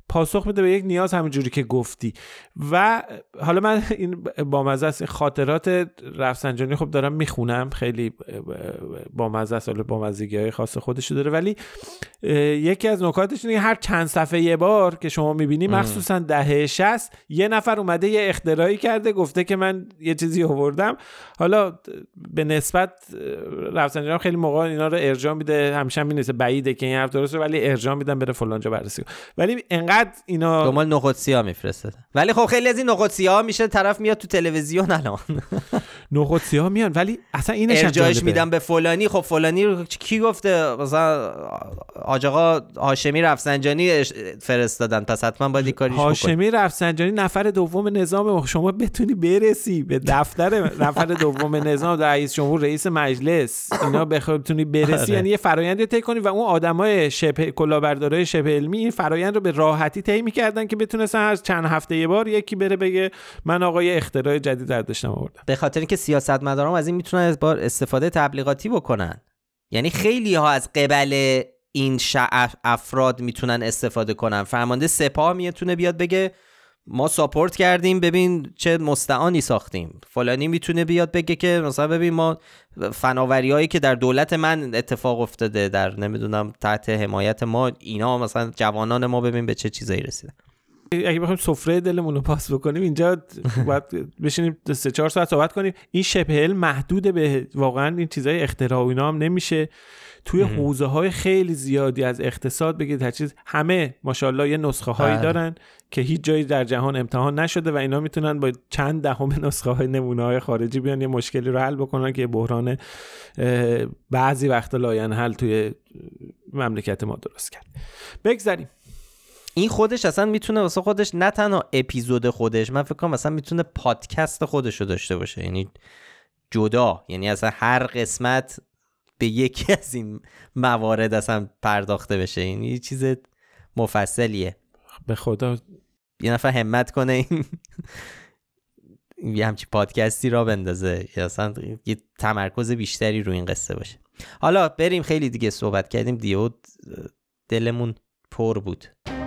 پاسخ میده به یک نیاز همینجوری که گفتی. و حالا من این بامزه است، این خاطرات رفسنجانی خب دارم میخونم، خیلی بامزه است، حالا بامزگی‌های خاص خودش داره، ولی یکی از نکاتش اینه هر چند صفحه یه بار که شما میبینی مخصوصا دهه شصت یه نفر اومده یه اختراعی کرده گفته که من یه چیزی آوردم. حالا به نسبت رفسنجانی خیلی موقع اینا رو ارجاع میده، همیشه هم می‌نویسه بعیده که این حرف درسته ولی ارجاع میدن بره فلان جا بررسی، ولی انقدر اینا دنبال نخود سیاه میفرسته. ولی خب خیلی از این نخود سیاه میشه طرف میاد تو تلویزیون الان نخود سیاه میان، ولی اصلا اینش ارجاعش میدم به فلانی. خب فلانی رو کی گفته؟ مثلا حاج آقا هاشمی رفسنجانی فرستادن، پس حتما باید این کاریش بکنی. هاشمی رفسنجانی نفر دوم نظام، شما بتونی برسی به دفتر نفر دوم نظام، رئیس جمهور، رئیس مجلس، اینا بخوای برسی یعنی یه فرآیندی طی کنی و اون آدمای شبه کلاهبردارای شبه علمی این فرآیند رو به راحتی طی می‌کردن که بتونستن هر چند هفته یه بار یکی بره بگه من آقای اختراع جدید در داشتم آوردم. به خاطر اینکه سیاستمداران از این میتونن از بار استفاده تبلیغاتی بکنن. یعنی خیلی ها از قبل این افراد میتونن استفاده کنن. فرمانده سپاه میتونه بیاد بگه ما ساپورت کردیم، ببین چه مستعانی ساختیم. فلانی میتونه بیاد بگه که مثلا ببین ما فناوریایی که در دولت من اتفاق افتاده، در نمیدونم تحت حمایت ما، اینا مثلا جوانان ما ببین به چه چیزایی رسیدن. اگه بخوایم سفره دلمون رو پاس بکنیم اینجا باید بشینیم سه چهار ساعت صحبت کنیم. این شبه علم محدود به واقعا این چیزای اختراع و اینا هم نمیشه. توی حوزه های خیلی زیادی از اقتصاد بگید هر چیز، همه ماشاءالله یه نسخه هایی دارن که هیچ جایی در جهان امتحان نشده و اینا میتونن با چند دهم نسخه های نمونه های خارجی بیان یه مشکلی رو حل بکنن که بحران بعضی وقت لاینحل توی مملکت ما درست کرد. بگذاریم. این خودش اصلا میتونه واسه خودش نه تنها اپیزود خودش، من فکر کنم مثلا میتونه پادکست خودش رو داشته باشه، یعنی جدا، یعنی اصلا هر قسمت به یکی از این موارد اصلا پرداخته بشه. این یه چیز مفصلیه. به خدا یه نفر همت کنه این یه همچی پادکستی را بندازه، یا اصلا یه تمرکز بیشتری رو این قصه باشه. حالا بریم، خیلی دیگه صحبت کردیم دیو، دلمون پر بود.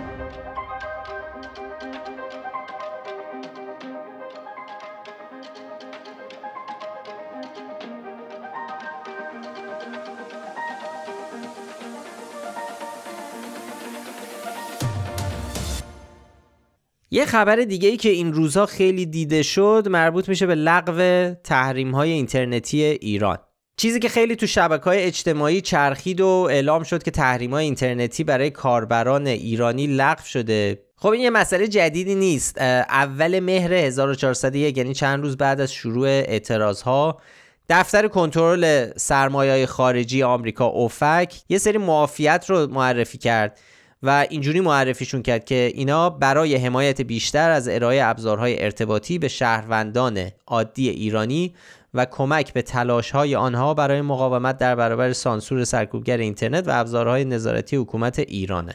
یه خبر دیگه ای که این روزها خیلی دیده شد مربوط میشه به لغو تحریم‌های اینترنتی ایران. چیزی که خیلی تو شبکه‌های اجتماعی چرخید و اعلام شد که تحریم‌های اینترنتی برای کاربران ایرانی لغو شده. خب این یه مسئله جدیدی نیست. اول مهر هزار و چهارصد و یک، یعنی چند روز بعد از شروع اعتراض‌ها، دفتر کنترل سرمایه‌های خارجی آمریکا اوفک یه سری معافیت رو معرفی کرد و اینجوری معرفیشون کرد که اینا برای حمایت بیشتر از ارائه ابزارهای ارتباطی به شهروندان عادی ایرانی و کمک به تلاش‌های آنها برای مقاومت در برابر سانسور سرکوبگر اینترنت و ابزارهای نظارتی حکومت ایرانه.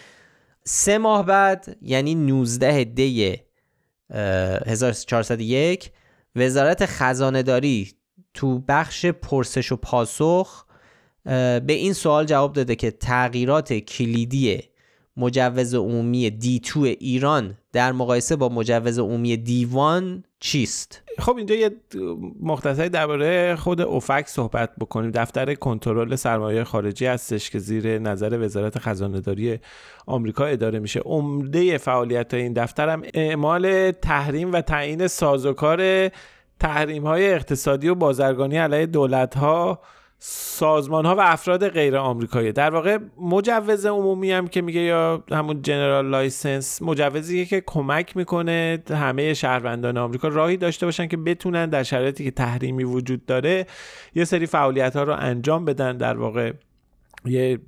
سه ماه بعد، یعنی نوزده دی هزار و چهارصد و یک، وزارت خزانه‌داری تو بخش پرسش و پاسخ به این سوال جواب داده که تغییرات کلیدی مجوز عمومی دی تو ایران در مقایسه با مجوز عمومی دی وان چیست؟ خب اینجا یه مختصری درباره خود اوفک صحبت بکنیم. دفتر کنترل سرمایه خارجی هستش که زیر نظر وزارت خزانه‌داری آمریکا اداره میشه. عمده فعالیت‌های این دفتر هم اعمال تحریم و تعیین سازوکار تحریم‌های اقتصادی و بازرگانی علیه دولت‌ها، سازمان‌ها و افراد غیر آمریکایی. در واقع مجوز عمومی هم که میگه، یا همون جنرال لایسنس، مجوزیه که کمک میکنه همه شهروندان آمریکا راهی داشته باشن که بتونن در شرایطی که تحریمی وجود داره یه سری فعالیت‌ها رو انجام بدن. در واقع یه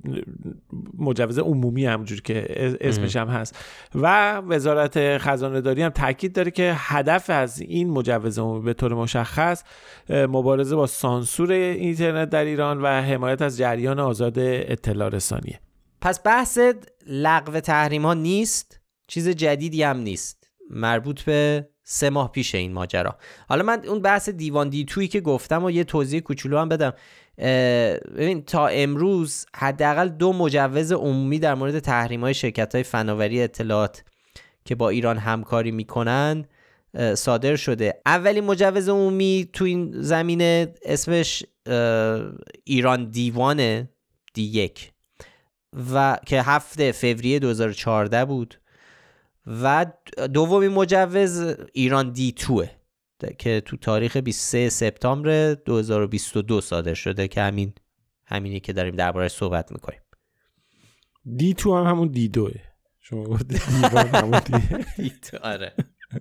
مجوز عمومی همونجور که اسمش هم هست. و وزارت خزانه‌داری هم تاکید داره که هدف از این مجوز عمومی به طور مشخص مبارزه با سانسور اینترنت در ایران و حمایت از جریان آزاد اطلاع رسانیه. پس بحث لغو تحریم ها نیست، چیز جدیدی هم نیست، مربوط به سه ماه پیش این ماجرا. حالا من اون بحث دیوان دی تویی که گفتم و یه توضیح کوچولو هم بدم. ببین تا امروز حداقل دو مجوز عمومی در مورد تحریم‌های شرکت‌های فناوری اطلاعات که با ایران همکاری میکنن صادر شده. اولین مجوز عمومی تو این زمینه اسمش ایران دیوانه دی یک و که هفته فوریه دو هزار و چهارده بود و دومین مجوز ایران دی توه که تو تاریخ بیست و سه سپتامبر دو هزار و بیست و دو صادر شده که همین همینی که داریم درباره‌اش صحبت میکنیم. دی تو هم همون دی دوه. شما گفتید دیوان همون دی تو. آره.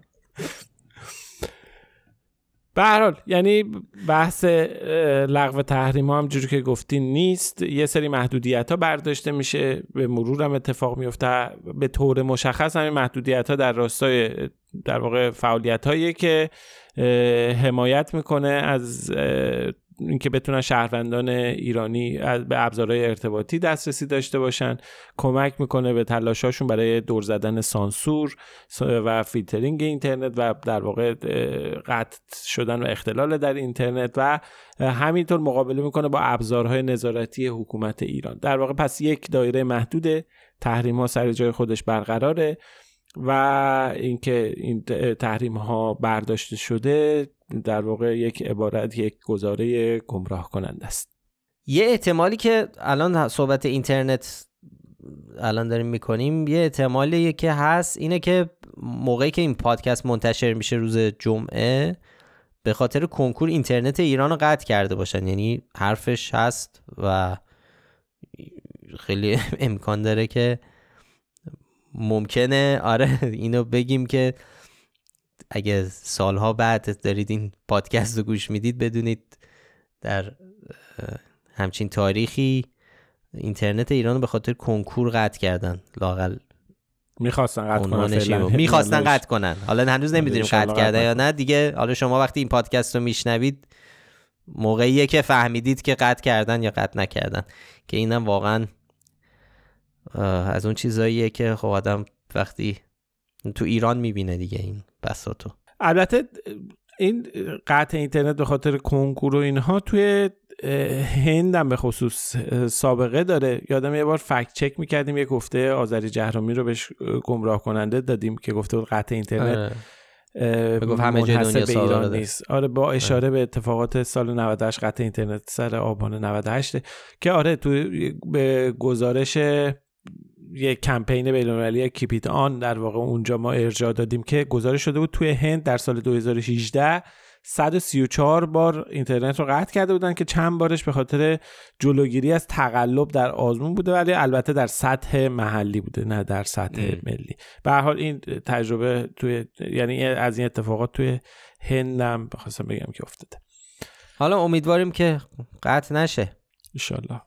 به هر حال یعنی بحث لغو تحریم ها هم جوری که گفتین نیست. یه سری محدودیت ها برداشته میشه، به مرور هم اتفاق میفته. به طور مشخص همین محدودیت ها در راستای در واقع فعالیت هایی که حمایت میکنه از اینکه بتونن شهروندان ایرانی به ابزارهای ارتباطی دسترسی داشته باشن، کمک میکنه به تلاشاشون برای دور زدن سانسور و فیلترینگ اینترنت و در واقع قطع شدن و اختلال در اینترنت و همینطور مقابله میکنه با ابزارهای نظارتی حکومت ایران. در واقع پس یک دایره محدود تحریم ها سر جای خودش برقراره و اینکه این تحریم ها برداشته شده در واقع یک عبارت یک گزاره گمراه کننده است. یه احتمالی که الان صحبت اینترنت الان داریم میکنیم، یه احتمالی که هست اینه که موقعی که این پادکست منتشر میشه روز جمعه به خاطر کنکور اینترنت ایران رو قطع کرده باشن. یعنی حرفش هست و خیلی امکان داره که ممکنه آره اینو بگیم که اگه سالها بعد دارید این پادکست رو گوش میدید بدونید در همچین تاریخی اینترنت ایران رو به خاطر کنکور قطع کردن. لااقل میخواستن قطع کنن، میخواستن قطع کنن. حالا هنوز نمیدونیم قطع کرده یا نه دیگه. حالا شما وقتی این پادکست رو میشنوید موقعیه که فهمیدید که قطع کردن یا قطع نکردن، که اینم واقعا از اون چیزاییه که خب آدم وقتی تو ایران میبینه دیگه این بساطو. البته این قطع اینترنت به خاطر کنکور و اینها توی هند هم به خصوص سابقه داره. یادم یه بار فکت چک میکردیم، یه گفته آذری جهرومی رو بهش گمراه کننده دادیم که گفته بود قطع اینترنت بگفت همه جای دنیا به ایران نیست. آره با اشاره آره. به اتفاقات سال نود و هشت قطع اینترنت سر آبان نود و هشت که آره تو به گزارش یک کمپین بین‌المللی کیپ ایت آن در واقع اونجا ما ارجاع دادیم که گزارش شده بود توی هند در سال دو هزار و هجده صد و سی و چهار بار اینترنت رو قطع کرده بودن که چند بارش به خاطر جلوگیری از تقلب در آزمون بوده، ولی البته در سطح محلی بوده نه در سطح ام. ملی. به هر حال این تجربه توی یعنی از این اتفاقات توی هند هم بخواستم بگم که افتاده. حالا امیدواریم که قطع نشه ان شاء الله.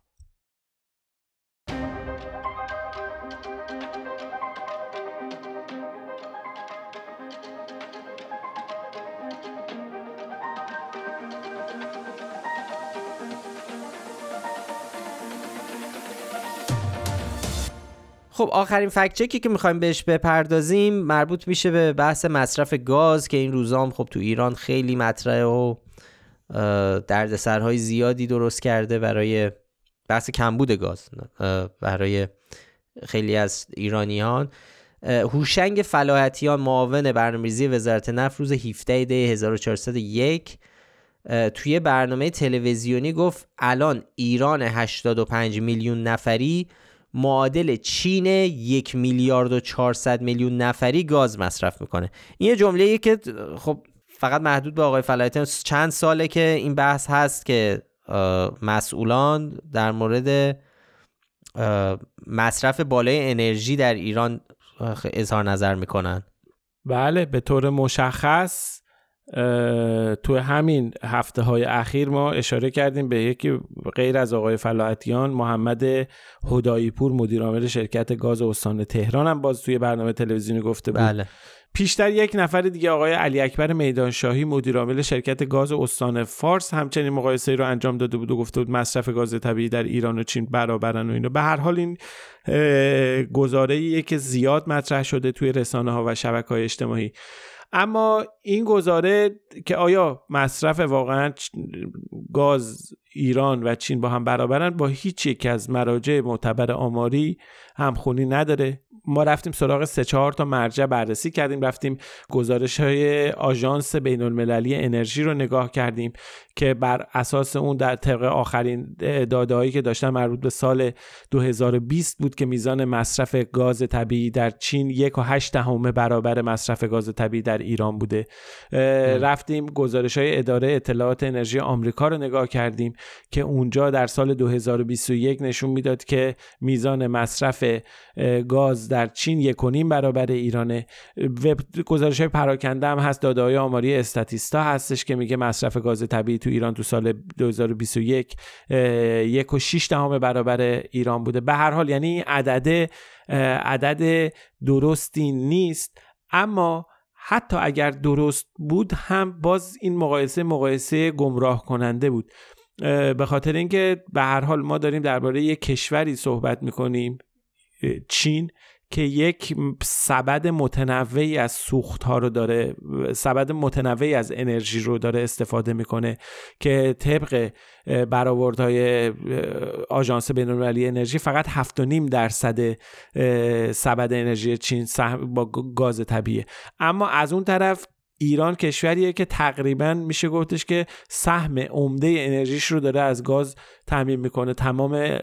خب آخرین فکت چکی که میخوایم بهش بپردازیم مربوط میشه به بحث مصرف گاز که این روزا هم خب تو ایران خیلی مطرحه و دردسرهای زیادی درست کرده برای بحث کمبود گاز برای خیلی از ایرانیان. هوشنگ فلاحتیان معاون برنامه‌ریزی وزارت نفت روز هفدهم دی هزار و چهارصد و یک توی برنامه تلویزیونی گفت الان ایران هشتاد و پنج میلیون نفری معادل چین یک میلیارد و چهارصد میلیون نفری گاز مصرف میکنه. این یه جمله‌ایه که خب فقط محدود به آقای فلاحتیان. چند ساله که این بحث هست که مسئولان در مورد مصرف بالای انرژی در ایران اظهار نظر میکنن. بله به طور مشخص تو همین هفته های اخیر ما اشاره کردیم به یکی غیر از آقای فلاحتیان، محمد هدایی‌پور مدیر عامل شرکت گاز استان تهران هم باز توی برنامه تلویزیونی گفته بود. بله. پیشتر یک نفر دیگه آقای علی اکبر میدانشاهی مدیر عامل شرکت گاز استان فارس همچنین مقایسه‌ای رو انجام داده بود و گفته بود مصرف گاز طبیعی در ایران و چین برابرن و اینا. به هر حال این گزاره‌ایه که زیاد مطرح شده توی رسانه‌ها و شبکه‌های اجتماعی. اما این گزاره که آیا مصرف واقعا گاز ایران و چین با هم برابرن با هیچ یک از مراجع معتبر آماری همخونی نداره. ما رفتیم سراغ سه چهار تا مرجع بررسی کردیم، رفتیم گزارش‌های آژانس بین‌المللی انرژی رو نگاه کردیم که بر اساس اون در طبق آخرین داده‌هایی که داشتن مربوط به سال دو هزار و بیست بود که میزان مصرف گاز طبیعی در چین یک و هشت دهم برابر مصرف گاز طبیعی در ایران بوده. رفتیم گزارش‌های اداره اطلاعات انرژی آمریکا رو نگاه کردیم که اونجا در سال دو هزار و بیست و یک نشون میداد که میزان مصرف گاز در چین یک و نیم برابر ایرانه. وب گزارش‌های پراکنده هم هست، داده‌های آماری استاتیستا هستش که میگه مصرف گاز طبیعی تو ایران تو سال دو هزار و بیست و یک یک و شش دهم برابر ایران بوده. به هر حال یعنی این عدد عدد درستی نیست، اما حتی اگر درست بود هم باز این مقایسه مقایسه گمراه کننده بود، به خاطر اینکه به هر حال ما داریم درباره یک کشوری صحبت میکنیم، چین، که یک سبد متنوعی از سوخت‌ها رو داره، سبد متنوعی از انرژی رو داره استفاده میکنه که طبق برآوردهای آژانس بین‌المللی انرژی فقط هفت و نیم درصد سبد انرژی چین با گاز طبیعیه. اما از اون طرف ایران کشوریه که تقریبا میشه گفتش که سهم عمده انرژیش رو داره از گاز تامین میکنه. تمام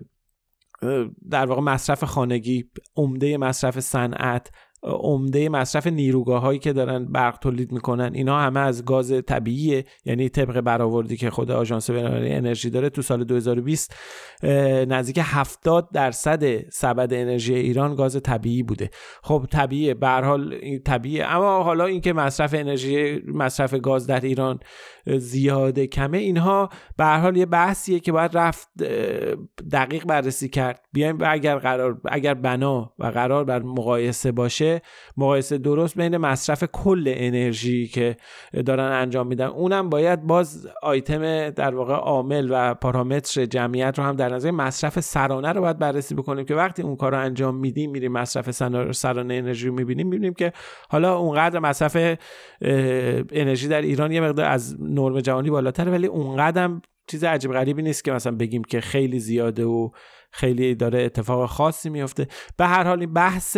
در واقع مصرف خانگی، عمده مصرف صنعت، عمده مصرف نیروگاه هایی که دارن برق تولید میکنن، اینا همه از گاز طبیعیه. یعنی طبق برآوردی که خود آژانس بین‌المللی انرژی داره تو سال دو هزار و بیست نزدیک هفتاد درصد سبد انرژی ایران گاز طبیعی بوده. خب طبیعیه، به هر حال طبیعیه، اما حالا اینکه مصرف انرژی مصرف گاز در ایران زیاده کمه، اینها به هر حال یه بحثیه که باید رفت دقیق بررسی کرد. بیایم اگر قرار اگر بنا و قرار بر مقایسه باشه، مقایسه درست بین مصرف کل انرژی که دارن انجام میدن، اونم باید باز آیتم در واقع عامل و پارامتر جمعیت رو هم در نظر مصرف سرانه رو باید بررسی بکنیم که وقتی اون کار رو انجام میدیم، میریم مصرف سرانه انرژی رو میبینیم، میبینیم که حالا اونقدر مصرف انرژی در ایران یه مقدار از نرم جهانی بالاتره، ولی اونقدر چیز عجیب غریبی نیست که مثلا بگیم که خیلی زیاده و خیلی داره اتفاق خاصی میفته. به هر حال این بحث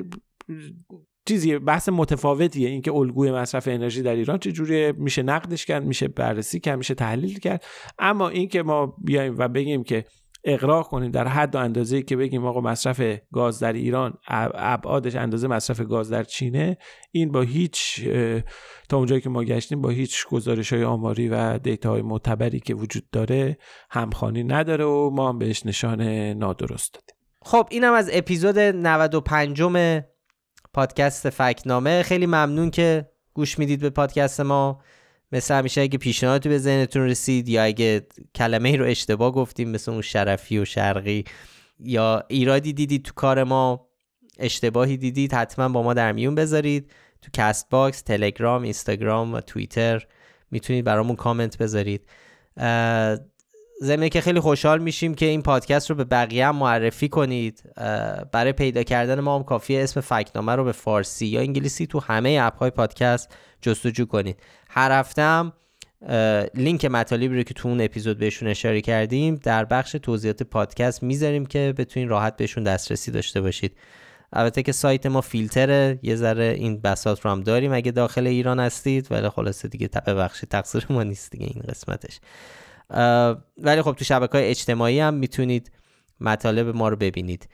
چیزی بحث متفاوتیه، اینکه الگوی مصرف انرژی در ایران چه جوریه، میشه نقدش کرد، میشه بررسی کرد، میشه تحلیل کرد. اما اینکه ما بیایم و بگیم که اقرار کنیم در حد و اندازه‌ای که بگیم آقا مصرف گاز در ایران ابعادش اندازه مصرف گاز در چینه، این با هیچ تا اونجایی که ما گشتیم با هیچ گزارش‌های آماری و دیتاهای معتبری که وجود داره همخوانی نداره و ما هم بهش نشان نادرست دادیم. خب اینم از اپیزود نود و پنجم پادکست فکت‌نامه. خیلی ممنون که گوش میدید به پادکست ما. مثل همیشه اگه پیشنهادی به ذهنتون رسید یا اگه کلمه ای رو اشتباه گفتیم مثل اون شرفی و شرقی یا ایرادی دیدید تو کار ما، اشتباهی دیدید، حتما با ما در میون بذارید. تو کست باکس، تلگرام، اینستاگرام و توییتر میتونید برامون کامنت بذارید. ضمن که خیلی خوشحال میشیم که این پادکست رو به بقیه هم معرفی کنید. برای پیدا کردن ما هم کافیه اسم فکت‌نامه رو به فارسی یا انگلیسی تو همه اپ‌های پادکست جستجو کنید. هر هفته هم لینک مطالبی رو که تو اون اپیزود بهشون اشاره کردیم در بخش توضیحات پادکست میذاریم که بتونین راحت بهشون دسترسی داشته باشید. البته که سایت ما فیلتره، یه ذره این بساط رو هم داریم اگه داخل ایران هستید، ولی خلاصه دیگه ببخشید تقصیر ما نیست دیگه این قسمتش. ولی خب تو شبکه‌های اجتماعی هم میتونید مطالب ما رو ببینید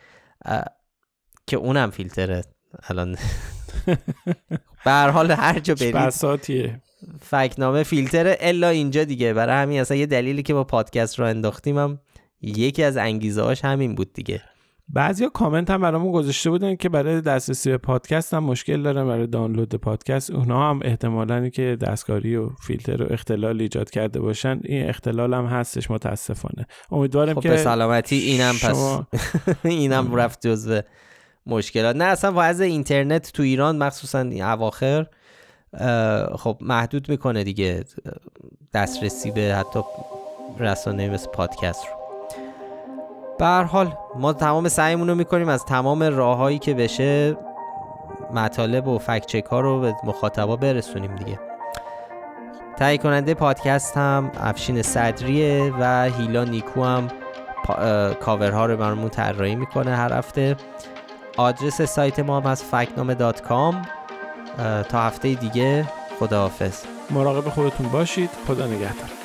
که اونم فیلتره الان. به هر حال هر جا برید بساطیه فکت‌نامه فیلتره الا اینجا دیگه. برای همین اصلا یه دلیلی که ما پادکست رو انداختیم هم یکی از انگیزه هاش همین بود دیگه. بعضیا کامنت هم برامون گذاشته بودن که برای دسترسی به پادکست هم مشکل دارن، برای دانلود پادکست. اونها هم احتمالاً که دستکاری و فیلتر و اختلال ایجاد کرده باشن. این اختلال هم هستش متاسفانه. امیدوارم خب که به سلامتی اینم شما... پس اینم رفت جزو مشکلات. نه اصلا وضع اینترنت تو ایران مخصوصا این اواخر خب محدود میکنه دیگه دسترسی به حتی رسانه مثل پادکست رو. به هر حال ما تمام سعیمون رو میکنیم از تمام راههایی که بشه مطالب و فکت چک ها رو به مخاطبا برسونیم دیگه. تهیه کننده پادکست هم افشین صدریه و هیلا نیکو هم کاورها رو برامون طراحی میکنه هر هفته. آدرس سایت ما هم از فکتنامه دات کام. تا هفته دیگه، خداحافظ. مراقب خودتون باشید. خدا نگهدار.